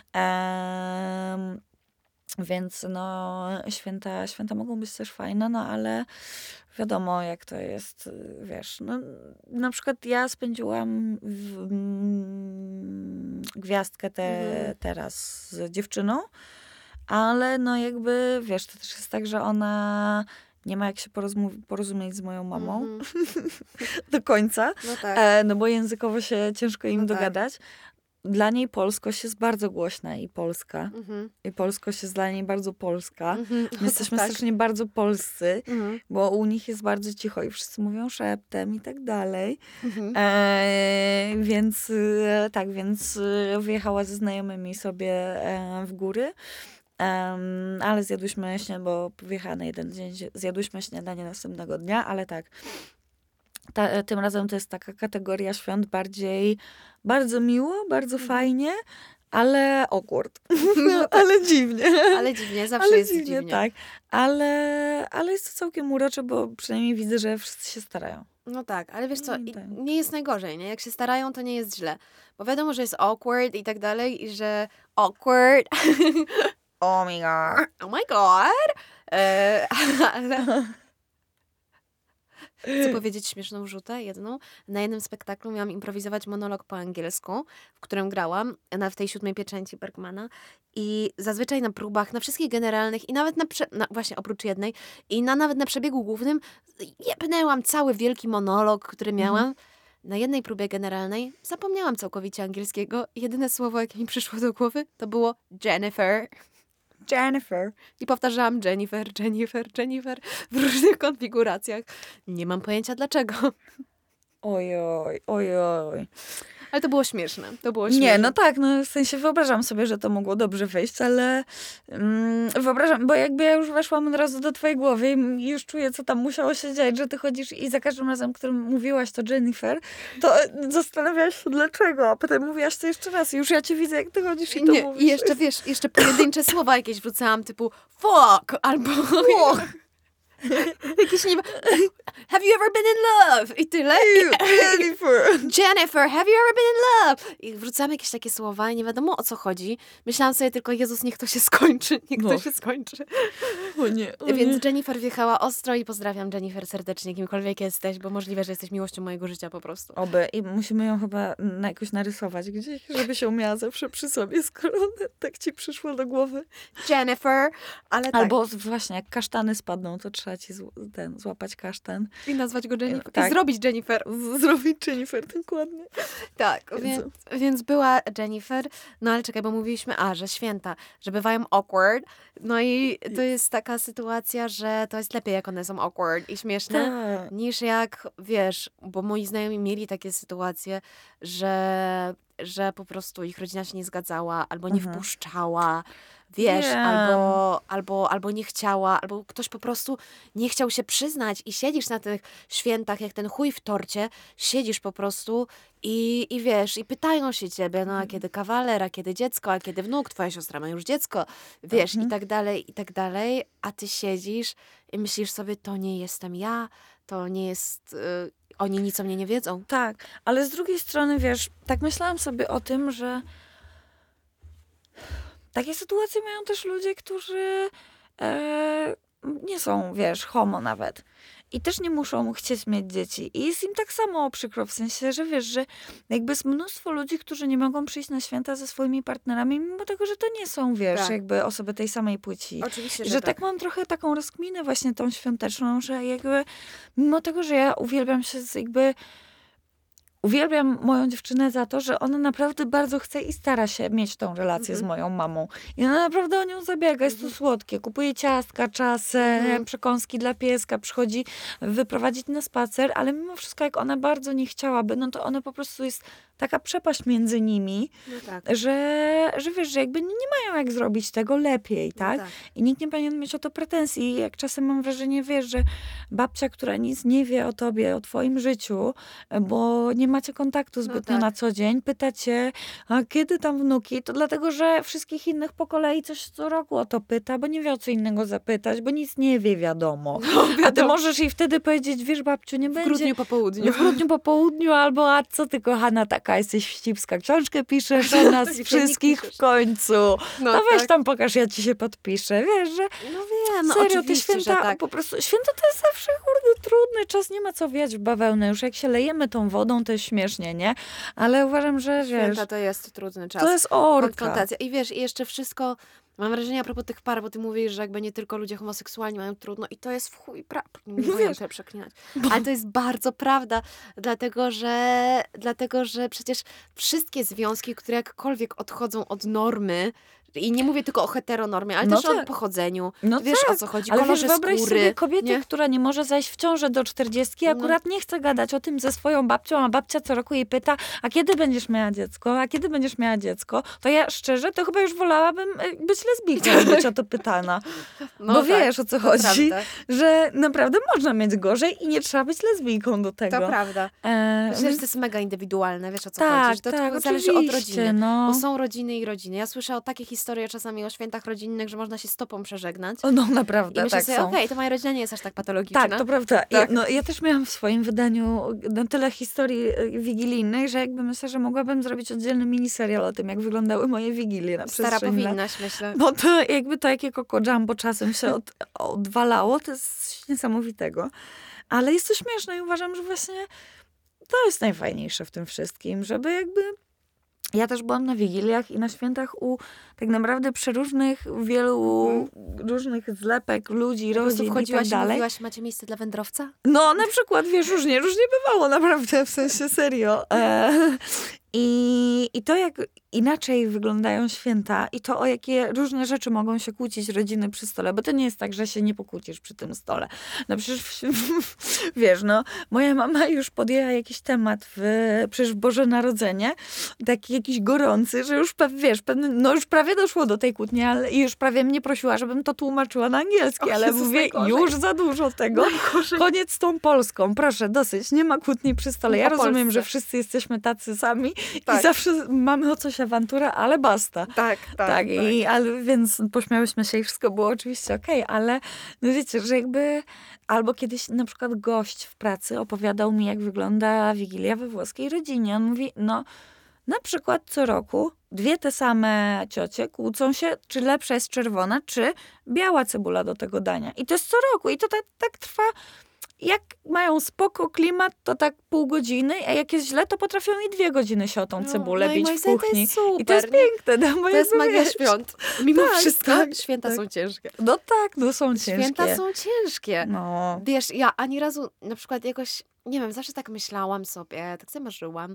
Em, więc no, święta, święta mogą być też fajne, no ale wiadomo, jak to jest, y, wiesz, no, na przykład ja spędziłam w, mm, gwiazdkę te, Mhm. teraz z dziewczyną, ale no jakby, wiesz, to też jest tak, że ona nie ma jak się porozmów- porozumieć z moją mamą Mhm. do końca, No tak. e, no bo językowo się ciężko im No tak. dogadać. Dla niej polskość jest bardzo głośna i polska. Mhm. I polskość jest dla niej bardzo polska. Mhm. My jesteśmy tak. strasznie bardzo polscy, Mhm. bo u nich jest bardzo cicho i wszyscy mówią szeptem i tak dalej. Mhm. E, więc e, tak, więc e, wyjechała ze znajomymi sobie e, w góry. Em, ale zjadłyśmy śniadanie, bo wyjechała na jeden dzień, zjadłyśmy śniadanie następnego dnia, ale tak, ta, tym razem to jest taka kategoria świąt bardziej, bardzo miło, bardzo Mhm. fajnie, ale awkward. No tak. ale dziwnie. Ale dziwnie, zawsze Ale jest dziwnie, dziwnie. tak. Ale, ale jest to całkiem urocze, bo przynajmniej widzę, że wszyscy się starają. No tak, ale wiesz co, I i tak. nie jest najgorzej, nie? Jak się starają, to nie jest źle. Bo wiadomo, że jest awkward i tak dalej i że awkward, Oh my god. oh my god, e, ale chcę powiedzieć śmieszną wrzutę, jedną. Na jednym spektaklu miałam improwizować monolog po angielsku, w którym grałam, na, w tej siódmej pieczęci Bergmana i zazwyczaj na próbach, na wszystkich generalnych i nawet na, prze, na właśnie oprócz jednej i na, nawet na przebiegu głównym jebnęłam cały wielki monolog, który miałam. Na jednej próbie generalnej zapomniałam całkowicie angielskiego. Jedyne słowo, jakie mi przyszło do głowy, to było Jennifer. Jennifer. I powtarzałam Jennifer, Jennifer, Jennifer w różnych konfiguracjach. Nie mam pojęcia dlaczego. Ojoj, ojoj. Ale to było śmieszne. To było śmieszne. Nie, no tak, no w sensie wyobrażam sobie, że to mogło dobrze wyjść, ale mm, wyobrażam, bo jakby ja już weszłam od razu do twojej głowy i już czuję, co tam musiało się dziać, że ty chodzisz i za każdym razem, którym mówiłaś to Jennifer, to zastanawiałaś się dlaczego, a potem mówiłaś to jeszcze raz i już ja cię widzę, jak ty chodzisz i I, to nie, mówisz. I jeszcze, wiesz, jeszcze pojedyncze słowa jakieś wrzucałam, typu fuck, albo jakieś nie have you ever been in love? I tyle. Jennifer. Jennifer, have you ever been in love? I wrzucamy jakieś takie słowa i nie wiadomo o co chodzi. Myślałam sobie tylko, Jezus, niech to się skończy, niech No. to się skończy. O nie, o nie. Więc Jennifer wjechała ostro i pozdrawiam Jennifer serdecznie, kimkolwiek jesteś, bo możliwe, że jesteś miłością mojego życia po prostu. Oby. I musimy ją chyba na jakoś narysować gdzieś, żeby się umiała zawsze przy sobie, skoro one tak ci przyszło do głowy. Jennifer, ale Albo z- właśnie, jak kasztany spadną, to trzeba ci zł- ten, złapać kasztan. tak. I nazwać go Jennifer. Tak. I zrobić Jennifer. Z- zrobić Jennifer, dokładnie. Tak, Jezu. więc, więc była Jennifer, no ale czekaj, bo mówiliśmy, a, że święta, że bywają awkward, no i to jest taka sytuacja, że to jest lepiej, jak one są awkward i śmieszne, Tak. niż jak, wiesz, bo moi znajomi mieli takie sytuacje, że, że po prostu ich rodzina się nie zgadzała, albo nie Mhm. wpuszczała, wiesz, Wiem. albo, albo, albo nie chciała, albo ktoś po prostu nie chciał się przyznać i siedzisz na tych świętach, jak ten chuj w torcie, siedzisz po prostu i, i wiesz, i pytają się ciebie, no a kiedy kawaler, a kiedy dziecko, a kiedy wnuk, twoja siostra ma już dziecko, wiesz, Mhm. i tak dalej, i tak dalej, a ty siedzisz i myślisz sobie, to nie jestem ja, to nie jest, y, oni nic o mnie nie wiedzą. Tak, ale z drugiej strony, wiesz, tak myślałam sobie o tym, że takie sytuacje mają też ludzie, którzy e, nie są, wiesz, homo nawet. I też nie muszą chcieć mieć dzieci. I jest im tak samo przykro, w sensie, że wiesz, że jakby jest mnóstwo ludzi, którzy nie mogą przyjść na święta ze swoimi partnerami, mimo tego, że to nie są, wiesz, Tak. jakby osoby tej samej płci. Oczywiście, I że tak mam trochę taką rozkminę właśnie tą świąteczną, że jakby mimo tego, że ja uwielbiam się z jakby uwielbiam moją dziewczynę za to, że ona naprawdę bardzo chce i stara się mieć tą relację Mhm. z moją mamą. I ona naprawdę o nią zabiega, jest to słodkie. Kupuje ciastka czasem, Mhm. przekąski dla pieska, przychodzi wyprowadzić na spacer, ale mimo wszystko jak ona bardzo nie chciałaby, no to ona po prostu jest taka przepaść między nimi, No tak. że, że wiesz, że jakby nie, nie mają jak zrobić tego lepiej, No tak? tak. I nikt nie powinien mieć o to pretensji. I jak czasem mam wrażenie, wiesz, że babcia, która nic nie wie o tobie, o twoim życiu, bo nie macie kontaktu zbytnio tak. na co dzień, pyta cię, a kiedy tam wnuki? To dlatego, że wszystkich innych po kolei coś co roku o to pyta, bo nie wie o co innego zapytać, bo nic nie wie, wiadomo. A ty możesz jej wtedy powiedzieć, wiesz babciu, nie W będzie... grudniu po południu. W grudniu po południu, albo a co ty kochana taka jesteś wścibska, książkę piszesz o nas Dziennik wszystkich piszesz. w końcu. No No weź tak. tam pokaż, ja ci się podpiszę. Wiesz, że No wiem, no serio, te oczywiście, święta, że tak. po prostu, święta to jest zawsze kurde trudny czas, nie ma co wiać w bawełnę. Już jak się lejemy tą wodą, to jest śmiesznie, nie? Ale uważam, że wiesz, Święta to jest trudny czas. to jest orka. Konfrontacja. I wiesz, i jeszcze wszystko, mam wrażenie a propos tych par, bo ty mówisz, że jakby nie tylko ludzie homoseksualni mają trudno i to jest w chuj prawda. Nie No mówię wiesz. się przeklinać. Ale to jest bardzo prawda, dlatego że, dlatego, że przecież wszystkie związki, które jakkolwiek odchodzą od normy, i nie mówię tylko o heteronormie, ale No też o tak. pochodzeniu. No Wiesz tak, o co chodzi, ale wiesz, kolorze wyobraź skóry. sobie kobietę, nie? która nie może zajść w ciążę do czterdziestki, No. akurat nie chce gadać o tym ze swoją babcią, a babcia co roku jej pyta, a kiedy będziesz miała dziecko, a kiedy będziesz miała dziecko, to ja szczerze, to chyba już wolałabym y, być lesbijką, być o to pytana. No Bo tak, wiesz, o co to chodzi, prawda. że naprawdę można mieć gorzej i nie trzeba być lesbijką do tego. To prawda. E, Myślę, że to jest mega indywidualne, wiesz o co tak, chodzi. Że to tak, tylko zależy od oczywiście, rodziny. no. Bo są rodziny i rodziny. Ja słyszę o takich historiach czasami o świętach rodzinnych, że można się stopą przeżegnać. O, no I naprawdę, myślę tak sobie, są. okej, to moja rodzina nie jest aż tak patologiczna. Tak, to prawda. Tak. Ja, no, ja też miałam w swoim wydaniu na tyle historii y, wigilijnych, że jakby myślę, że mogłabym zrobić oddzielny miniserial o tym, jak wyglądały moje wigilie na Stara przestrzeni lat. powinnaś, myślę. Bo to jakby to, jakie Coco Jumbo czasem się od, odwalało, to jest coś niesamowitego. Ale jest to śmieszne i uważam, że właśnie to jest najfajniejsze w tym wszystkim, żeby jakby... Ja też byłam na wigiliach i na świętach u tak naprawdę przeróżnych, wielu różnych zlepek, ludzi, Po prostu rodzin i tak wchodziłaś i dalej. mówiłaś, macie miejsce dla wędrowca? No, na przykład, wiesz, różnie, różnie bywało, naprawdę, w sensie serio. E, i, I to, jak inaczej wyglądają święta i to, o jakie różne rzeczy mogą się kłócić rodziny przy stole, bo to nie jest tak, że się nie pokłócisz przy tym stole. No przecież, wiesz, no, moja mama już podjęła jakiś temat w, przecież w Boże Narodzenie, taki jakiś gorący, że już, pe- wiesz, pewne, no już prawie doszło do tej kłótni, ale i już prawie mnie prosiła, żebym to tłumaczyła na angielski, O ale Jezus, mówię, najgorzej. już za dużo tego. Koniec z tą Polską, proszę, dosyć, nie ma kłótni przy stole. Ja Po rozumiem, Polsce. że wszyscy jesteśmy tacy sami Tak. i zawsze mamy o coś awanturę, ale basta. Tak, Tak, i, ale, więc pośmiałyśmy się i wszystko było oczywiście okej, ale no wiecie, że jakby albo kiedyś na przykład gość w pracy opowiadał mi, jak wygląda Wigilia we włoskiej rodzinie. On mówi, no na przykład co roku dwie te same ciocie kłócą się, czy lepsza jest czerwona, czy biała cebula do tego dania. I to jest co roku i to tak, tak trwa. Jak mają spoko klimat, to tak pół godziny, a jak jest źle, to potrafią i dwie godziny się o tą No, cebulę no i bić moim w zdaniem to kuchni. jest super, I to jest nie? piękne. No, bo To jest jakby, magia wiesz, świąt. Mimo tak, wszystko tak, święta tak. są ciężkie. No tak, no są ciężkie. Święta są ciężkie. No. Wiesz, ja ani razu na przykład jakoś, nie wiem, zawsze tak myślałam sobie, tak sobie marzyłam,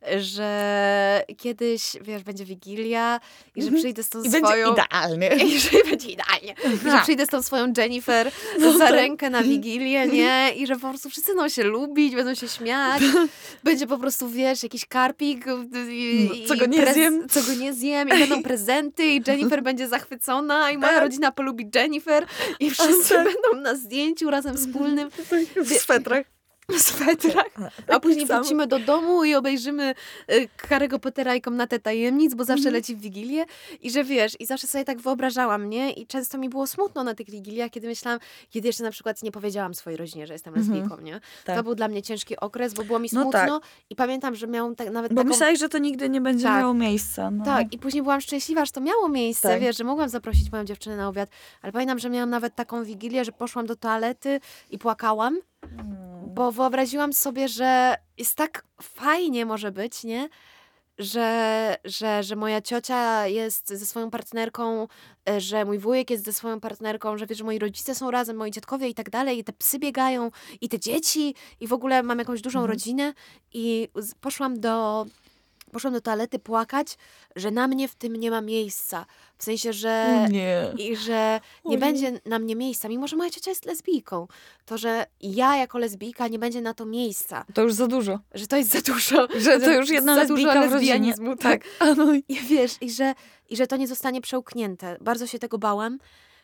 że kiedyś, wiesz, będzie Wigilia i że Mhm. przyjdę z tą I będzie swoją... idealnie. I że będzie idealnie. I że przyjdę z tą swoją Jennifer No za tak. rękę na Wigilię, nie? I że po prostu wszyscy będą się lubić, będą się śmiać. Będzie po prostu, wiesz, jakiś karpik. I, No, i co go nie zjem. Co go nie zjem. I będą prezenty i Jennifer będzie zachwycona i moja Tak. rodzina polubi Jennifer i wszyscy tak. będą na zdjęciu razem wspólnym W swetrach. w swetrach. A później samo. wrócimy do domu i obejrzymy y, Harry'ego Pottera i Komnatę Tajemnic, bo zawsze leci w Wigilię. I że wiesz, i zawsze sobie tak wyobrażałam, nie? I często mi było smutno na tych Wigiliach, kiedy myślałam, kiedy jeszcze na przykład nie powiedziałam swojej rodzinie, że jestem lesbijką, nie? Tak. To był dla mnie ciężki okres, bo było mi No smutno i pamiętam, że miałam tak, nawet Bo taką... myślałeś, że to nigdy nie będzie Tak. miało miejsca. No. Tak, i później byłam szczęśliwa, że to miało miejsce, Tak. wiesz, że mogłam zaprosić moją dziewczynę na obiad, ale pamiętam, że miałam nawet taką Wigilię, że poszłam do toalety i płakałam, bo wyobraziłam sobie, że jest tak fajnie może być, nie? Że, że, że moja ciocia jest ze swoją partnerką, e, że mój wujek jest ze swoją partnerką, że wiesz, że moi rodzice są razem, moi dziadkowie i tak dalej, i te psy biegają, i te dzieci, i w ogóle mam jakąś dużą rodzinę i z- poszłam do poszłam do toalety płakać, że na mnie w tym nie ma miejsca. W sensie, że... Nie. I że nie Ojej. będzie na mnie miejsca, mimo że moja ciocia jest lesbijką. To, że ja jako lesbijka nie będzie na to miejsca. To już za dużo. Że to jest za dużo. Że to już jedna za dużo lesbijka w rodzinie. lesbianizmu, tak. A no i I wiesz, i że, i że to nie zostanie przełknięte. Bardzo się tego bałam.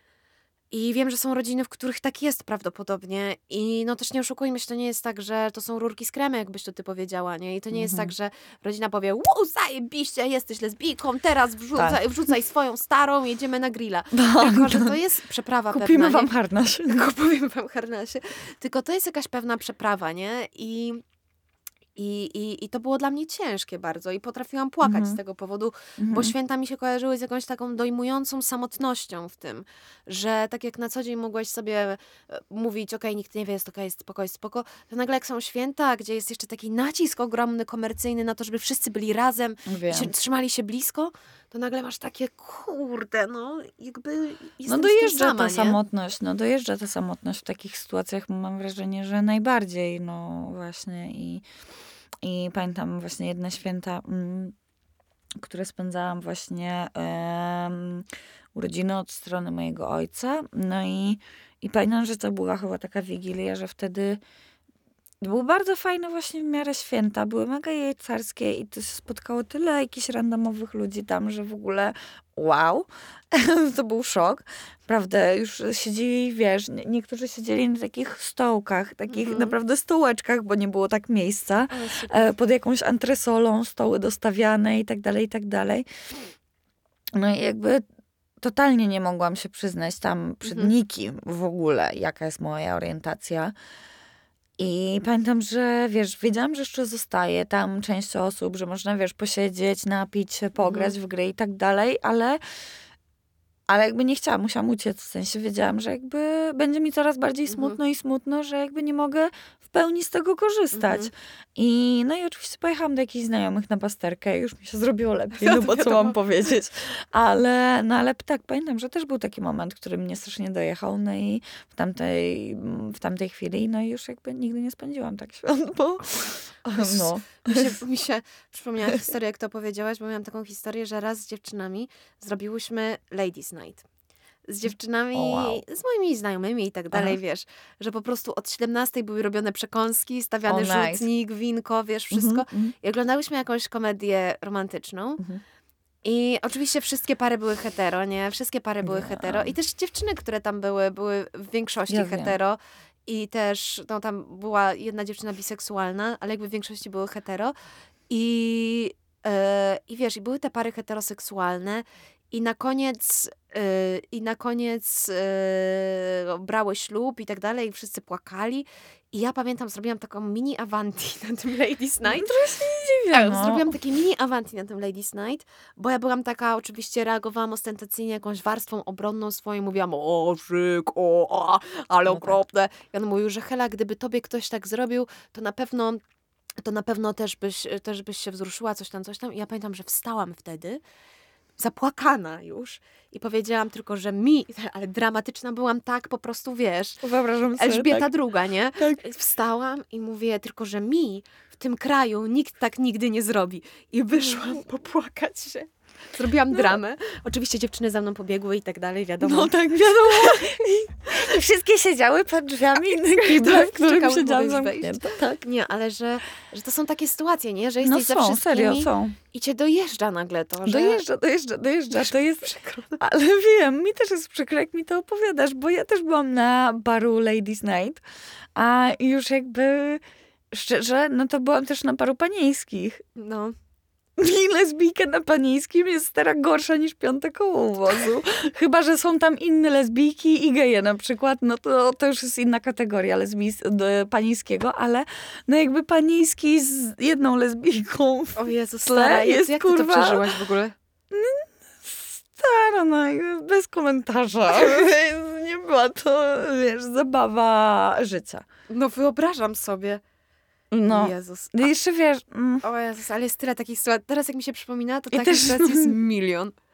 I wiem, że są rodziny, w których tak jest prawdopodobnie. I no też nie oszukujmy się, to nie jest tak, że to są rurki z kremem, jakbyś to ty powiedziała, nie? I to nie jest Mhm. tak, że rodzina powie, wow, zajebiście, jesteś lesbijką, teraz wrzucaj, Tak. wrzucaj swoją starą, jedziemy na grilla. Tak, Tylko, że to jest przeprawa kupimy pewna. wam nie? harnaś. Kupujemy wam harnasie. Tylko to jest jakaś pewna przeprawa, nie? I... I, i, I to było dla mnie ciężkie bardzo i potrafiłam płakać Mhm. z tego powodu, bo Mhm. święta mi się kojarzyły z jakąś taką dojmującą samotnością w tym, że tak jak na co dzień mogłaś sobie e, mówić, okej, nikt nie wie, jest okej, jest spoko, jest spoko, to nagle jak są święta, gdzie jest jeszcze taki nacisk ogromny, komercyjny na to, żeby wszyscy byli razem i Wiem. się, trzymali się blisko, to nagle masz takie, kurde, no jakby jestem No z tym dojeżdża sama, ta nie? samotność, no dojeżdża ta samotność w takich sytuacjach, mam wrażenie, że najbardziej, no właśnie i, i pamiętam właśnie jedne święta, mm, które spędzałam właśnie em, urodziny od strony mojego ojca, no i, i pamiętam, że to była chyba taka wigilia, że wtedy było bardzo fajne właśnie w miarę święta, były mega jajcarskie i to się spotkało tyle jakichś randomowych ludzi tam, że w ogóle wow, to był szok. Prawda, już siedzieli, wiesz, nie- niektórzy siedzieli na takich stołkach, takich Mhm. naprawdę stołeczkach, bo nie było tak miejsca, Ale super. e, pod jakąś antresolą, stoły dostawiane i tak dalej, i tak dalej. No i jakby totalnie nie mogłam się przyznać tam przed Mhm. nikim w ogóle, jaka jest moja orientacja. I pamiętam, że wiesz, wiedziałam, że jeszcze zostaje tam część osób, że można, wiesz, posiedzieć, napić się, pograć w gry i tak dalej, ale, ale jakby nie chciałam, musiałam uciec, w sensie wiedziałam, że jakby będzie mi coraz bardziej Mhm. smutno i smutno, że jakby nie mogę w pełni z tego korzystać. Mhm. I no i oczywiście pojechałam do jakichś znajomych na pasterkę i już mi się zrobiło lepiej, no bo co wiadomo. mam powiedzieć. Ale, no ale tak, pamiętam, że też był taki moment, który mnie strasznie dojechał, no i w tamtej, w tamtej chwili, no i już jakby nigdy nie spędziłam tak świąt, bo no. Mi się, mi się przypomniała historia, jak to powiedziałaś, bo miałam taką historię, że raz z dziewczynami zrobiłyśmy Ladies Night. Z dziewczynami, O, wow. z moimi znajomymi i tak dalej, Aha. wiesz, że po prostu od siedemnastej były robione przekąski, stawiany O, nice. rzutnik, winko, wiesz, wszystko. Mhm, mhm, I oglądałyśmy jakąś komedię romantyczną. mhm. I oczywiście wszystkie pary były hetero, nie? Wszystkie pary były Wiem. hetero. I też dziewczyny, które tam były, były w większości Ja wiem. hetero. I też, no tam była jedna dziewczyna biseksualna, ale jakby w większości były hetero. I, e, i wiesz, i były te pary heteroseksualne. I na koniec, e, i na koniec e, brały ślub i tak dalej. I wszyscy płakali. I ja pamiętam, zrobiłam taką mini avanti na tym Ladies Night. Dziwne, Tak, no. zrobiłam takie mini awanti na tym Ladies Night, bo ja byłam taka, oczywiście reagowałam ostentacyjnie jakąś warstwą obronną swoją, mówiłam o, szyk, o, a, ale No tak. okropne. I on mówił, że Hela, gdyby tobie ktoś tak zrobił, to na pewno, to na pewno też byś, też byś się wzruszyła, coś tam, coś tam. I ja pamiętam, że wstałam wtedy, zapłakana już i powiedziałam tylko, że mi, ale dramatyczna byłam tak po prostu, wiesz, Wyobrażam sobie, Elżbieta tak. druga, nie? Tak. Wstałam i mówię tylko, że mi w tym kraju nikt tak nigdy nie zrobi. I wyszłam popłakać się. Zrobiłam dramę. Oczywiście dziewczyny za mną pobiegły i tak dalej, wiadomo. No tak, wiadomo. I, i wszystkie siedziały pod drzwiami na kible, w którym czekały, siedziałam mogłeś wejść. zamknięta. Tak. Nie, ale że, że to są takie sytuacje, nie? Że No jesteś ze są, wszystkimi serio, są. i cię dojeżdża nagle to, że... Dojeżdża, dojeżdża, dojeżdża. To jest, Przykro. ale wiem, mi też jest przykro, jak mi to opowiadasz, bo ja też byłam na baru Ladies Night, a już jakby, szczerze, no to byłam też na paru panieńskich. No. I lesbijka na panieńskim jest teraz gorsza niż piąte koło wozu. Chyba że są tam inne lesbijki i geje na przykład, no to, to już jest inna kategoria lesbijs- do panieńskiego, ale no jakby panieński z jedną lesbijką O Jezu, tle stara, jak, jest, jak ty to kurwa. przeżyłaś w ogóle? stara, no i bez komentarza. Więc nie była to, wiesz, zabawa życia. No wyobrażam sobie. No. Jezus. I jeszcze wiesz, mm, O Jezus, ale jest tyle takich sytuacji. Teraz jak mi się przypomina, to I takich też- sytuacji jest milion.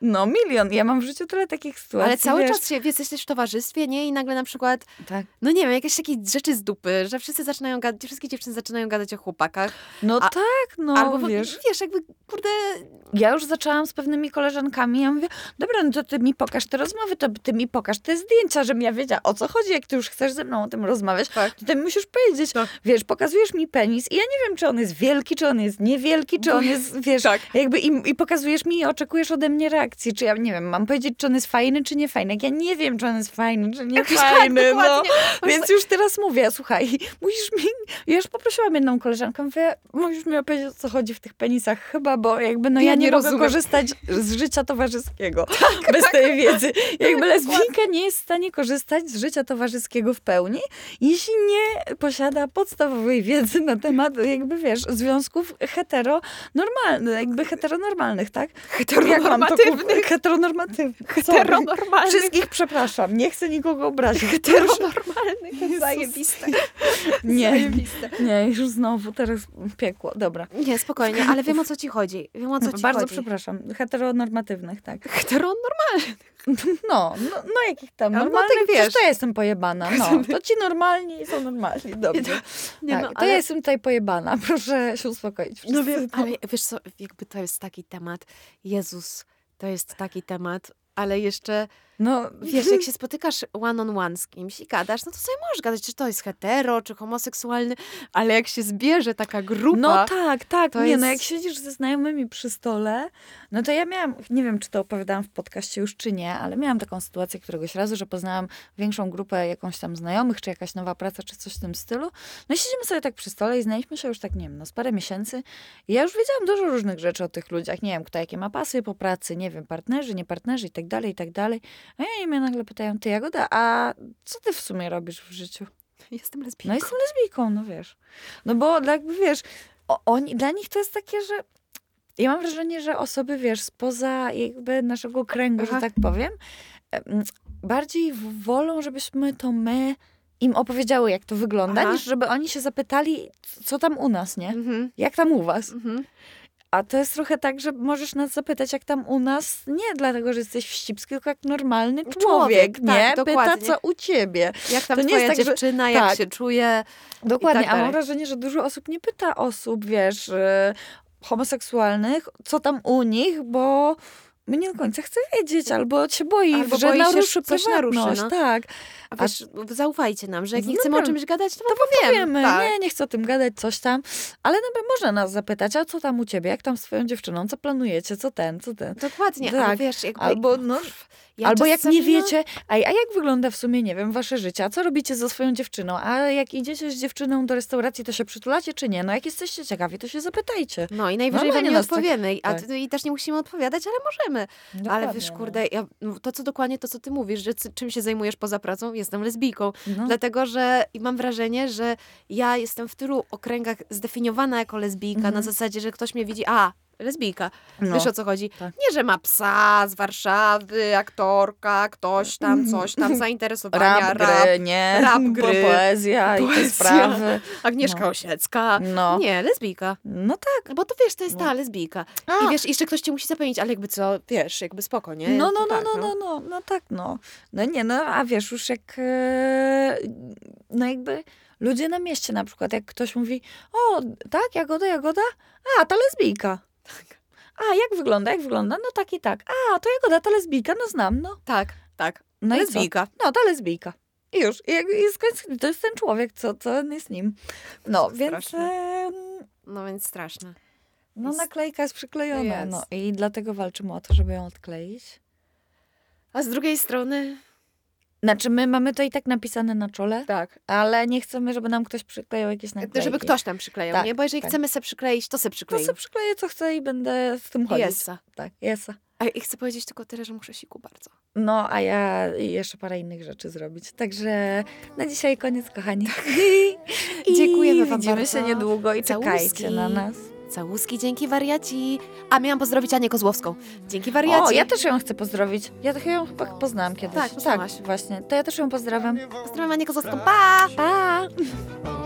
No milion. Ja mam w życiu tyle takich sytuacji, Ale cały wiesz. czas się, wiesz, jesteś w towarzystwie, nie? I nagle na przykład, Tak. no nie wiem, jakieś takie rzeczy z dupy, że wszyscy zaczynają gadać, wszystkie dziewczyny zaczynają gadać o chłopakach. No A- tak, no Albo w- wiesz. wiesz, jakby, kurde, Ja już zaczęłam z pewnymi koleżankami, ja mówię, dobra, no to ty mi pokaż te rozmowy, to ty mi pokaż te zdjęcia, żebym ja wiedziała, o co chodzi, jak ty już chcesz ze mną o tym rozmawiać, Tak. to ty mi musisz powiedzieć, Tak. wiesz, pokazujesz mi penis i ja nie wiem, czy on jest wielki, czy on jest niewielki, czy on jest, wiesz, Tak. jakby i, i pokazujesz mi i oczekujesz ode mnie reakcji, czy ja, nie wiem, mam powiedzieć, czy on jest fajny, czy nie fajny, jak ja nie wiem, czy on jest fajny, czy nie fajny, no, dokładnie. więc już teraz mówię, słuchaj, musisz mi, ja już poprosiłam jedną koleżankę, mówię, musisz mi opowiedzieć, o co chodzi w tych penisach chyba, bo jakby, no Ja ja, nie, nie mogę rozumiem. korzystać z życia towarzyskiego bez tej wiedzy. Jakby lesbijka nie jest w stanie korzystać z życia towarzyskiego w pełni, jeśli nie posiada podstawowej wiedzy na temat, jakby wiesz, związków heteronormalnych, jakby heteronormalnych, tak? Heteronormatywnych. Heteronormatywnych. Heteronormalnych. Wszystkich przepraszam, nie chcę nikogo obrazić. heteronormalnych, Jezus. zajebiste. Nie, Zajebiste. nie, już znowu, teraz piekło, dobra. Nie, spokojnie, ale wiem o co ci chodzi. Wiem o co ci Bardzo chodzi. przepraszam, heteronormatywnych, tak. Heteronormalnych. No, no, no jakich tam A, no normalnych, tak przecież wiesz. to ja jestem pojebana, no. To ci normalni są normalni, dobrze. Nie, tak, no, to ale- ja jestem tutaj pojebana, proszę się uspokoić. No wszyscy. wiem, ale wiesz co, jakby to jest taki temat. Jezus, to jest taki temat, ale jeszcze, No, wiesz, jak się spotykasz one on one z kimś i gadasz, no to sobie możesz gadać, czy to jest hetero, czy homoseksualny, ale jak się zbierze taka grupa, no tak, tak, to nie, no jest- jak siedzisz ze znajomymi przy stole, no to ja miałam, nie wiem, czy to opowiadałam w podcaście już, czy nie, ale miałam taką sytuację któregoś razu, że poznałam większą grupę jakąś tam znajomych, czy jakaś nowa praca, czy coś w tym stylu. No i siedzimy sobie tak przy stole i znaliśmy się już tak, nie wiem, no z parę miesięcy i ja już wiedziałam dużo różnych rzeczy o tych ludziach, nie wiem, kto jakie ma pasy po pracy, nie wiem, partnerzy, nie partnerzy i tak dalej, i tak dalej. A ja i mnie nagle pytają, ty Jagoda, a co ty w sumie robisz w życiu? jestem lesbijką. No jestem lesbijką, no wiesz. No bo jakby wiesz, o, oni, dla nich to jest takie, że ja mam wrażenie, że osoby, wiesz, spoza jakby naszego kręgu, Aha. że tak powiem, em, bardziej w- wolą, żebyśmy to my im opowiedziały, jak to wygląda, Aha. niż żeby oni się zapytali, co tam u nas, nie? Mhm, Jak tam u was? mhm. A to jest trochę tak, że możesz nas zapytać, jak tam u nas, nie dlatego, że jesteś wścibski, tylko jak normalny człowiek, Człowiek, nie? tak, Pyta, dokładnie. co u ciebie. Jak tam To nie twoja jest tak, że- dziewczyna, jak tak. się czuje. Dokładnie, tak a mam dalej. wrażenie, że dużo osób nie pyta osób, wiesz, y, homoseksualnych, co tam u nich, bo my nie do końca chce wiedzieć, albo się boi, Albo że boi się, naruszy że coś naruszy, prywatność, no. tak. A wiesz, zaufajcie nam, że jak nie No chcemy o dobra. czymś gadać, to wam To powiemy. Wiemy, Tak. nie, nie chcę o tym gadać, coś tam, ale dobra, można nas zapytać, a co tam u ciebie, jak tam z twoją dziewczyną, co planujecie, co ten, co ten. Dokładnie, ale Tak. wiesz, jakby... Albo, no, ja Albo jak czasami, nie no- wiecie, a, a jak wygląda w sumie, nie wiem, wasze życie, a co robicie ze swoją dziewczyną, a jak idziecie z dziewczyną do restauracji, to się przytulacie czy nie? No jak jesteście ciekawi, to się zapytajcie. No i najwyżej wam Normalnie nie nas tak- odpowiemy, a tak. ty, i też nie musimy odpowiadać, ale możemy. Ale wiesz, kurde, ja, to co dokładnie to, co ty mówisz, że c- czym się zajmujesz poza pracą, jestem lesbijką. No. Dlatego, że i mam wrażenie, że ja jestem w tylu okręgach zdefiniowana jako lesbijka, Mhm. na zasadzie, że ktoś mnie widzi, a, lesbijka. No. Wiesz o co chodzi? Tak. Nie, że ma psa z Warszawy, aktorka, ktoś tam, coś tam, zainteresowania, Rap, rap, gry, nie, rap, bo gry, poezja, i te poezja. sprawy. Agnieszka No. Osiecka. No. Nie, lesbijka. No tak. Bo to wiesz, to jest ta lesbijka. A. I wiesz, jeszcze ktoś cię musi zapewnić, ale jakby co, wiesz, jakby spoko, nie? No, no, no, Tak, no, no, no, no tak, no. No nie, no, a wiesz, już jak, e, no jakby ludzie na mieście na przykład, jak ktoś mówi, o, tak, Jagoda, Jagoda, a, ta lesbijka. A, jak wygląda, jak wygląda? No tak i tak. A, to Jagoda, ta lesbijka, no znam, no. Tak, tak. No i co? Lesbijka. No, ta lesbijka. I już. I jak- jest koniec, to jest ten człowiek, co, co jest nim. No, więc Straszne. em, No więc straszne. no Jest- naklejka jest przyklejona. jest. No i dlatego walczymy o to, żeby ją odkleić. A z drugiej strony, Znaczy, my mamy to i tak napisane na czole, tak, ale nie chcemy, żeby nam ktoś przyklejał jakieś naklejki. żeby ktoś tam przyklejał, Tak, nie? Bo jeżeli tak. chcemy se przykleić, to se To przykleimy. sobie przykleję, co chcę i będę z tym chodzić. Jessa. Tak, jest. A i chcę powiedzieć tylko tyle, że muszę siku bardzo. No, a ja jeszcze parę innych rzeczy zrobić. Także na dzisiaj koniec, kochani. I Dziękujemy wam widzimy bardzo. się niedługo i Całuski. czekajcie na nas. Całuski, dzięki wariaci. A miałam pozdrowić Anię Kozłowską. Dzięki wariaci. O, ja też ją chcę pozdrowić. Ja to ją chyba poznałam kiedyś. Tak, poznałaś. właśnie. To ja też ją pozdrawiam. Pozdrawiam Anię Kozłowską. Pa! Pa! O,